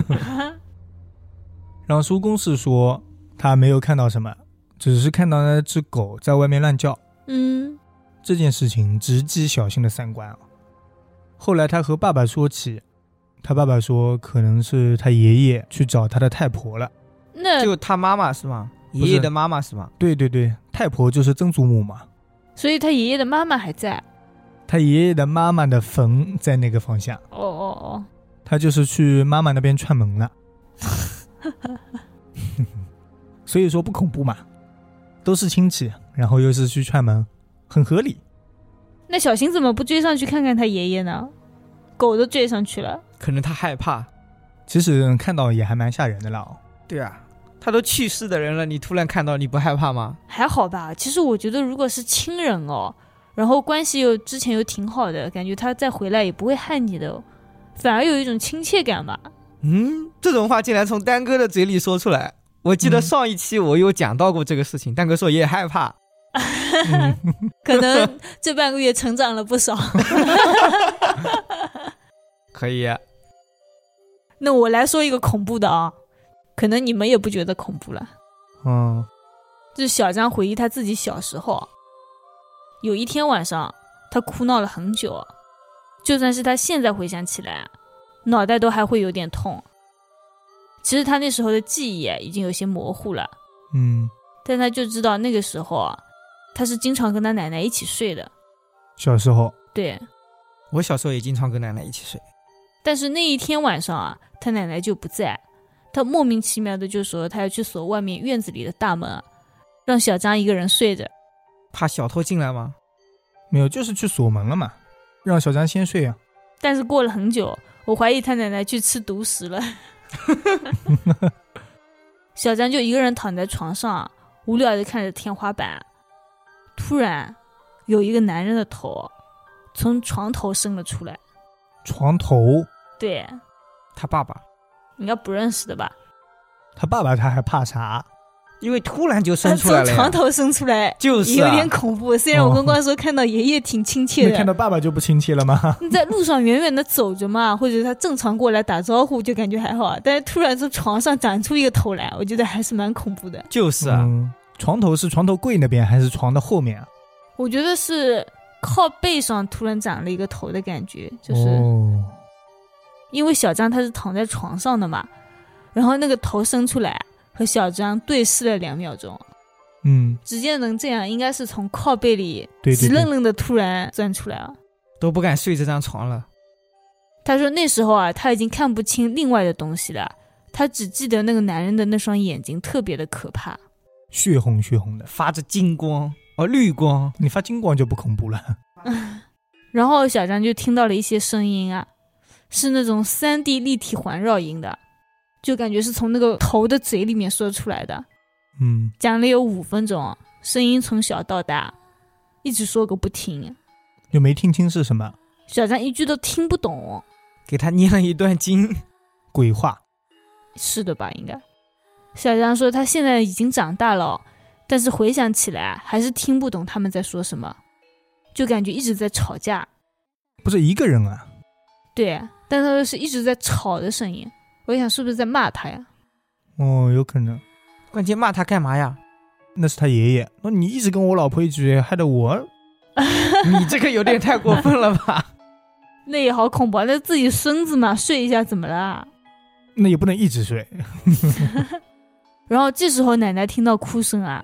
然后叔公是说他没有看到什么，只是看到那只狗在外面乱叫。 嗯， 这件事情直击小新的三观啊。后来他和爸爸说起，他爸爸说可能是他爷爷去找他的太婆了。 那就他妈妈是吗？爷爷的妈妈是吗？ 对对对，太婆就是曾祖母嘛。 所以他爷爷的妈妈还在。 他爷爷的妈妈的坟在那个方向。 哦哦哦。 他就是去妈妈那边串门了。所以说不恐怖嘛，都是亲戚，然后又是去串门，很合理。 那小新怎么不追上去看看他爷爷呢？狗都追上去了。 可能他害怕。 其实看到也还蛮吓人的了、哦。 对啊，他都去世的人了，你突然看到，你不害怕吗？ 还好吧，其实我觉得如果是亲人哦，然后关系又之前又挺好的，感觉他再回来也不会害你的，反而有一种亲切感吧。 嗯，这种话竟然从丹哥的嘴里说出来。我记得上一期我有讲到过这个事情，丹哥说也害怕。 嗯、可能这半个月成长了不少。 可以、啊。 那我来说一个恐怖的啊，可能你们也不觉得恐怖了。 嗯， 就是小张回忆他自己小时候，有一天晚上他哭闹了很久，就算是他现在回想起来，脑袋都还会有点痛。其实他那时候的记忆已经有些模糊了， 嗯， 但他就知道那个时候啊，他是经常跟他奶奶一起睡的。 小时候， 对， 我小时候也经常跟奶奶一起睡。 但是那一天晚上啊，他奶奶就不在，他莫名其妙的就说他要去锁外面院子里的大门，让小张一个人睡着。 怕小偷进来吗？ 没有，就是去锁门了嘛，让小张先睡啊。 但是过了很久，我怀疑他奶奶去吃独食了。小张就一个人躺在床上，无聊的看着天花板。突然有一个男人的头从床头伸了出来。 床头？ 对， 他爸爸。 应该不认识的吧？ 他爸爸他还怕啥？ 因为突然就伸出来了， 从床头伸出来， 就是、啊、 有点恐怖。虽然我刚刚说看到爷爷挺亲切的， 没看到爸爸就不亲切了吗？ 你在路上远远的走着嘛，或者他正常过来打招呼就感觉还好，但是突然从床上长出一个头来，我觉得还是蛮恐怖的。 就是啊、 嗯，床头是床头柜那边还是床的后面啊？ 我觉得是靠背上突然长了一个头的感觉，就是、 哦、 因为小张他是躺在床上的嘛，然后那个头伸出来和小张对视了两秒钟， 嗯， 直接能这样，应该是从靠背里直愣愣的突然钻出来了， 都不敢睡这张床了。 他说那时候啊，他已经看不清另外的东西了，他只记得那个男人的那双眼睛特别的可怕， 血红血红的， 发着金光，哦，绿光。 你发金光就不恐怖了。 然后小张就听到了一些声音啊，是那种 三 D 立体环绕音的，就感觉是从那个头的嘴里面说出来的。 嗯， 讲了有五分钟，声音从小到大一直说个不停， 就没听清是什么。 小张一句都听不懂， 给他念了一段经， 鬼话。 是的吧？应该。小张说他现在已经长大了，但是回想起来还是听不懂他们在说什么，就感觉一直在吵架。 不是一个人啊？ 对，但是是一直在吵的声音。我想是不是在骂他呀？ 哦，有可能。 关键骂他干嘛呀？ 那是他爷爷。那你一直跟我老婆一起睡，害得我你这个有点太过分了吧？ 那也好恐怖啊！那自己孙子嘛，睡一下怎么了？ 那也不能一直睡。 然后这时候奶奶听到哭声啊，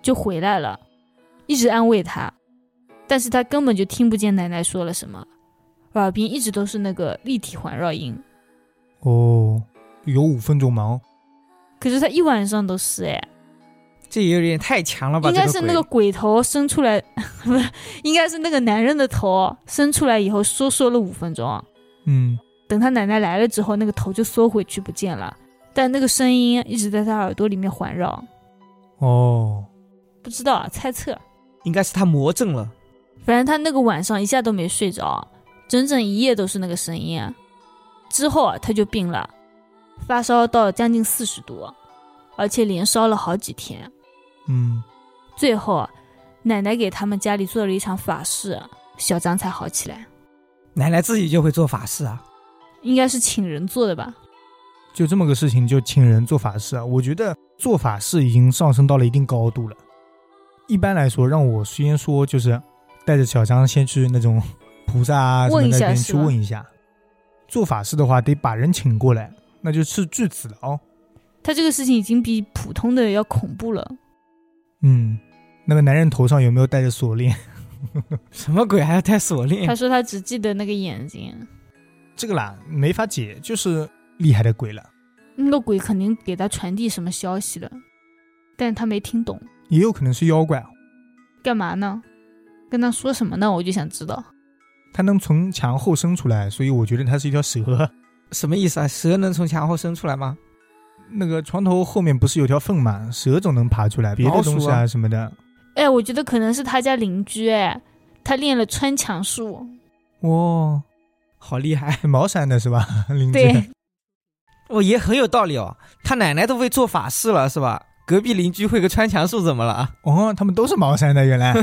就回来了，一直安慰他，但是他根本就听不见奶奶说了什么，耳边一直都是那个立体环绕音。 哦，有五分钟吗？ 可是他一晚上都是哎， 这有点太强了吧？ 应该是那个鬼头伸出来，不是，应该是那个男人的头伸出来以后缩缩了五分钟。 嗯， 等他奶奶来了之后，那个头就缩回去不见了，但那个声音一直在他耳朵里面环绕。 哦， 不知道啊，猜测。 应该是他魔怔了。 反正他那个晚上一下都没睡着，整整一夜都是那个声音啊。之后啊，他就病了，发烧到将近四十度，而且连烧了好几天。 嗯， 最后啊，奶奶给他们家里做了一场法事，小张才好起来。 奶奶自己就会做法事啊？ 应该是请人做的吧。 就这么个事情就请人做法事啊？我觉得做法事已经上升到了一定高度了。一般来说，让我先说就是带着小张先去那种菩萨啊什么那边去问一下。做法事的话得把人请过来，那就斥巨资了哦。 他这个事情已经比普通的要恐怖了。 嗯，那个男人头上有没有戴着锁链？ 什么鬼还要戴锁链？ 他说他只记得那个眼睛。 这个啦没法解，就是厉害的鬼了。 那个鬼肯定给他传递什么消息了，但他没听懂。 也有可能是妖怪。 干嘛呢？跟他说什么呢？我就想知道。 他能从墙后伸出来，所以我觉得他是一条蛇。 什么意思啊？蛇能从墙后伸出来吗？ 那个床头后面不是有条缝吗？蛇总能爬出来，别的东西啊什么的。 哎，我觉得可能是他家邻居，哎，他练了穿墙术。 哇， 好厉害！ 茅山的是吧？邻居。 对。 哦，也很有道理哦。他奶奶都会做法事了，是吧？隔壁邻居会个穿墙术怎么了？ 哦，他们都是茅山的，原来。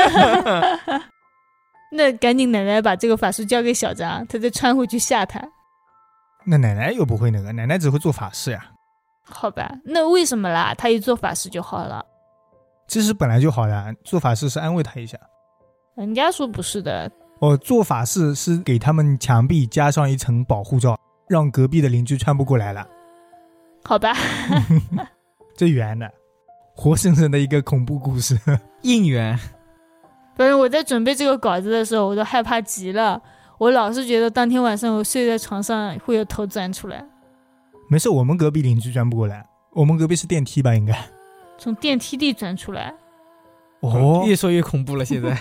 那赶紧奶奶把这个法术交给小张，他再穿回去吓他。 那奶奶又不会那个，奶奶只会做法事呀。 好吧，那为什么啦？他一做法事就好了。 其实本来就好了，做法事是安慰他一下。 人家说不是的。 哦，做法事是给他们墙壁加上一层保护罩，让隔壁的邻居穿不过来了。 好吧。 这圆的，活生生的一个恐怖故事。 应援。 反正我在准备这个稿子的时候，我都害怕极了。我老是觉得当天晚上我睡在床上会有头钻出来。 没事，我们隔壁邻居钻不过来，我们隔壁是电梯吧？应该从电梯里钻出来。 哦， 越说越恐怖了。现在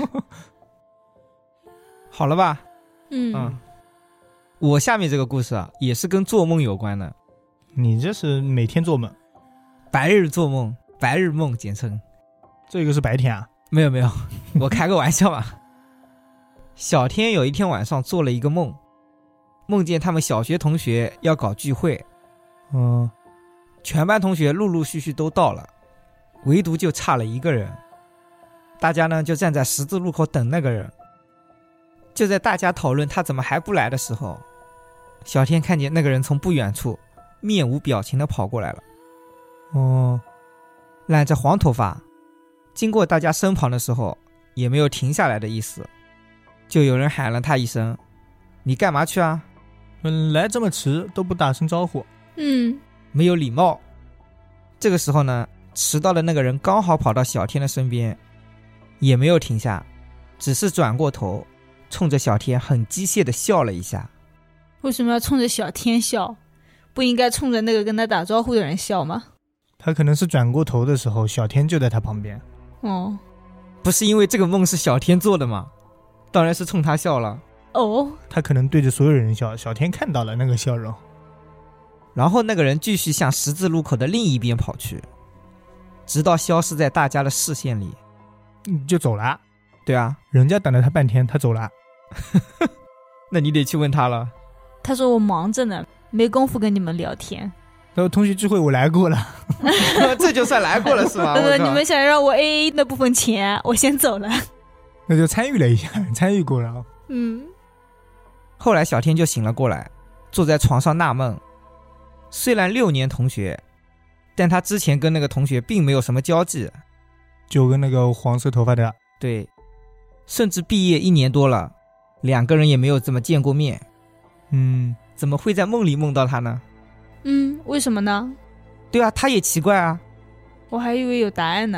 好了吧？ 嗯嗯，我下面这个故事啊，也是跟做梦有关的。 你这是每天做梦？ 白日做梦，白日梦简称。 这个是白天啊？ 没有没有，我开个玩笑嘛。小天有一天晚上做了一个梦，梦见他们小学同学要搞聚会。 嗯， 全班同学陆陆续续都到了，唯独就差了一个人。大家呢就站在十字路口等那个人。就在大家讨论他怎么还不来的时候，小天看见那个人从不远处面无表情地跑过来了。 哦， 染着黄头发，经过大家身旁的时候也没有停下来的意思，就有人喊了他一声：“你干嘛去啊？” 嗯，来这么迟都不打声招呼。 嗯， 没有礼貌。这个时候呢，迟到的那个人刚好跑到小天的身边，也没有停下，只是转过头冲着小天很机械地笑了一下。 为什么要冲着小天笑？不应该冲着那个跟他打招呼的人笑吗？ 他可能是转过头的时候小天就在他旁边。 哦， 不是因为这个梦是小天做的吗？当然是冲他笑了。 哦， 他可能对着所有人笑，小天看到了那个笑容。 然后那个人继续向十字路口的另一边跑去，直到消失在大家的视线里。 就走了。 对啊， 人家等了他半天，他走了。 那你得去问他了。 他说我忙着呢，没工夫跟你们聊天。 然后同学聚会我来过了。 这就算来过了是吗？ 呃，你们想让我 A A 那部分钱，我先走了。 那就参与了一下，参与过了。 嗯。 后来小天就醒了过来，坐在床上纳闷，虽然六年同学，但他之前跟那个同学并没有什么交际， 就跟那个黄色头发的。 对，甚至毕业一年多了，两个人也没有怎么见过面。 嗯， 怎么会在梦里梦到他呢？ 嗯，为什么呢？ 对啊，他也奇怪啊。 我还以为有答案呢。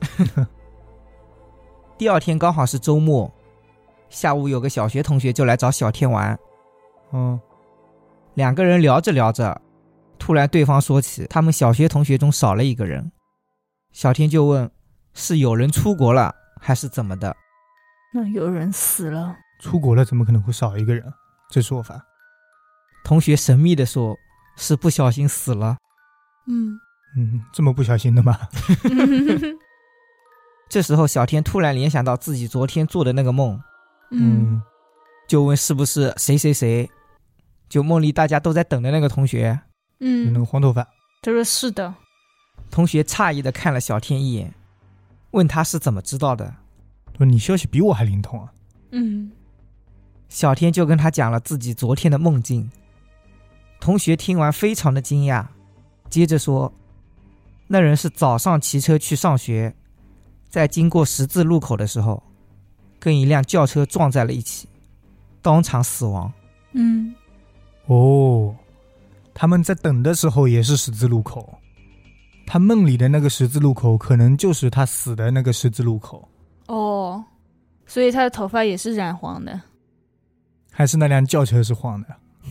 第二天刚好是周末，下午有个小学同学就来找小天玩。 嗯， 两个人聊着聊着，突然对方说起他们小学同学中少了一个人。小天就问，是有人出国了还是怎么的？ 那有人死了。 出国了怎么可能会少一个人？这说法。 同学神秘地说，是不小心死了。 嗯嗯，这么不小心的吗？ 这时候小天突然联想到自己昨天做的那个梦， 嗯， 就问是不是谁谁谁，就梦里大家都在等的那个同学。 嗯， 那个黄头发。 他说是的。 同学诧异地看了小天一眼，问他是怎么知道的。 说你消息比我还灵通啊。 嗯， 小天就跟他讲了自己昨天的梦境。同学听完非常的惊讶，接着说，那人是早上骑车去上学，在经过十字路口的时候跟一辆轿车撞在了一起，当场死亡。 嗯， 哦，他们在等的时候也是十字路口，他梦里的那个十字路口可能就是他死的那个十字路口。 哦，所以他的头发也是染黄的， 还是那辆轿车是黄的。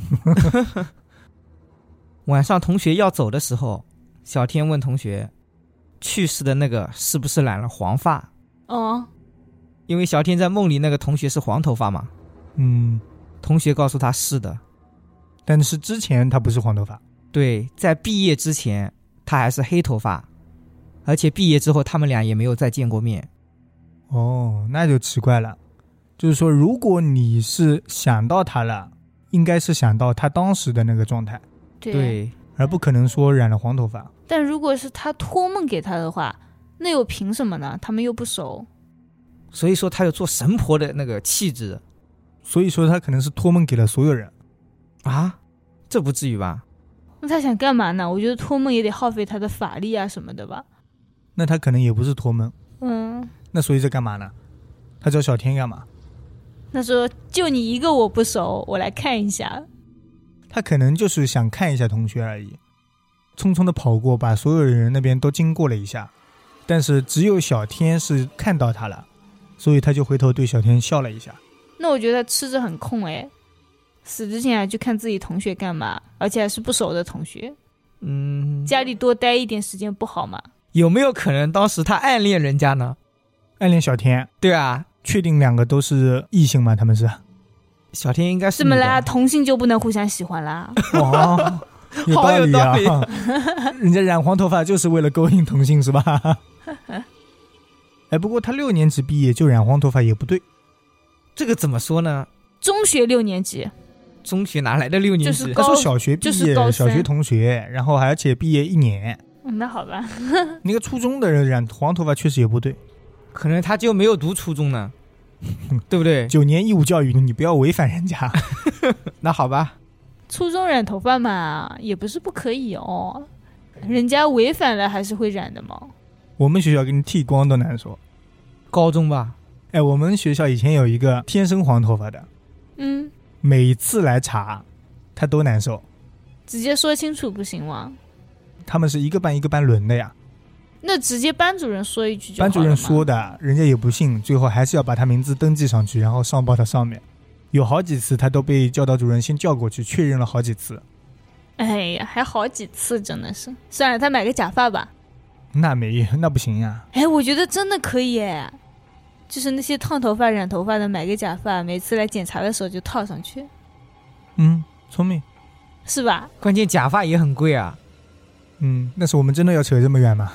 晚上同学要走的时候，小天问同学，去世的那个是不是染了黄发？ 哦， 因为小天在梦里那个同学是黄头发嘛。 嗯， 同学告诉他是的， 但是之前他不是黄头发。 对，在毕业之前他还是黑头发，而且毕业之后他们俩也没有再见过面。 哦，那就奇怪了，就是说如果你是想到他了，应该是想到他当时的那个状态。 对， 对， 而不可能说染了黄头发。 但如果是他托梦给他的话，那又凭什么呢？他们又不熟。 所以说他有做神婆的那个气质。 所以说他可能是托梦给了所有人。 啊，这不至于吧？ 那他想干嘛呢？我觉得托梦也得耗费他的法力啊什么的吧。 那他可能也不是托梦。 嗯， 那所以在干嘛呢？他找小天干嘛？ 他说就你一个我不熟，我来看一下。 他可能就是想看一下同学而已，匆匆的跑过，把所有人那边都经过了一下，但是只有小天是看到他了，所以他就回头对小天笑了一下。 那我觉得他吃着很空哎，死之前还去看自己同学干嘛？而且还是不熟的同学。 嗯， 家里多待一点时间不好吗？ 有没有可能当时他暗恋人家呢？ 暗恋小天？ 对啊， 确定两个都是异性吗？他们是？ 小天应该是这么啦，同性就不能互相喜欢啦？ 哦，有道理啊！人家染黄头发就是为了勾引同性是吧？哎，不过他六年级毕业就染黄头发也不对。 这个怎么说呢？ 中学六年级， 中学哪来的六年级？ 就是他说小学毕业， 就是小学同学，然后而且毕业一年。 嗯，那好吧。 那个初中的人染黄头发确实也不对， 可能他就没有读初中呢。对不对？ 九年义务教育，你不要违反人家。 那好吧， 初中染头发嘛，也不是不可以哦，人家违反了还是会染的嘛。 我们学校给你剃光都难说。 高中吧。 哎，我们学校以前有一个天生黄头发的， 嗯， 每次来查他都难受。 直接说清楚不行吗？ 他们是一个班一个班轮的呀。 那直接班主任说一句就好了。班主任说的，人家也不信，最后还是要把他名字登记上去，然后上报到上面。有好几次他都被教导主任先叫过去确认了好几次。 哎呀，还好几次，真的是。算了，他买个假发吧。 那没，那不行呀。 哎，我觉得真的可以哎，就是那些烫头发、染头发的，买个假发，每次来检查的时候就套上去。 嗯，聪明， 是吧？ 关键假发也很贵啊。 嗯，那是我们真的要扯这么远吗？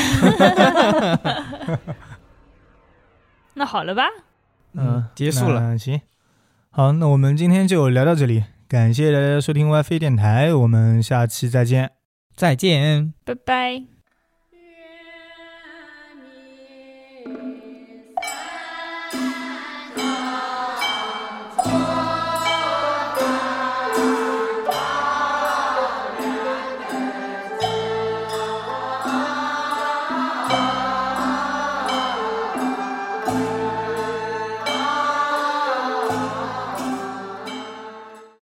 那好了吧？ 嗯，结束了。 行，好，那我们今天就聊到这里，感谢大家收听 WiFi 电台，我们下期再见。 再见， 拜拜。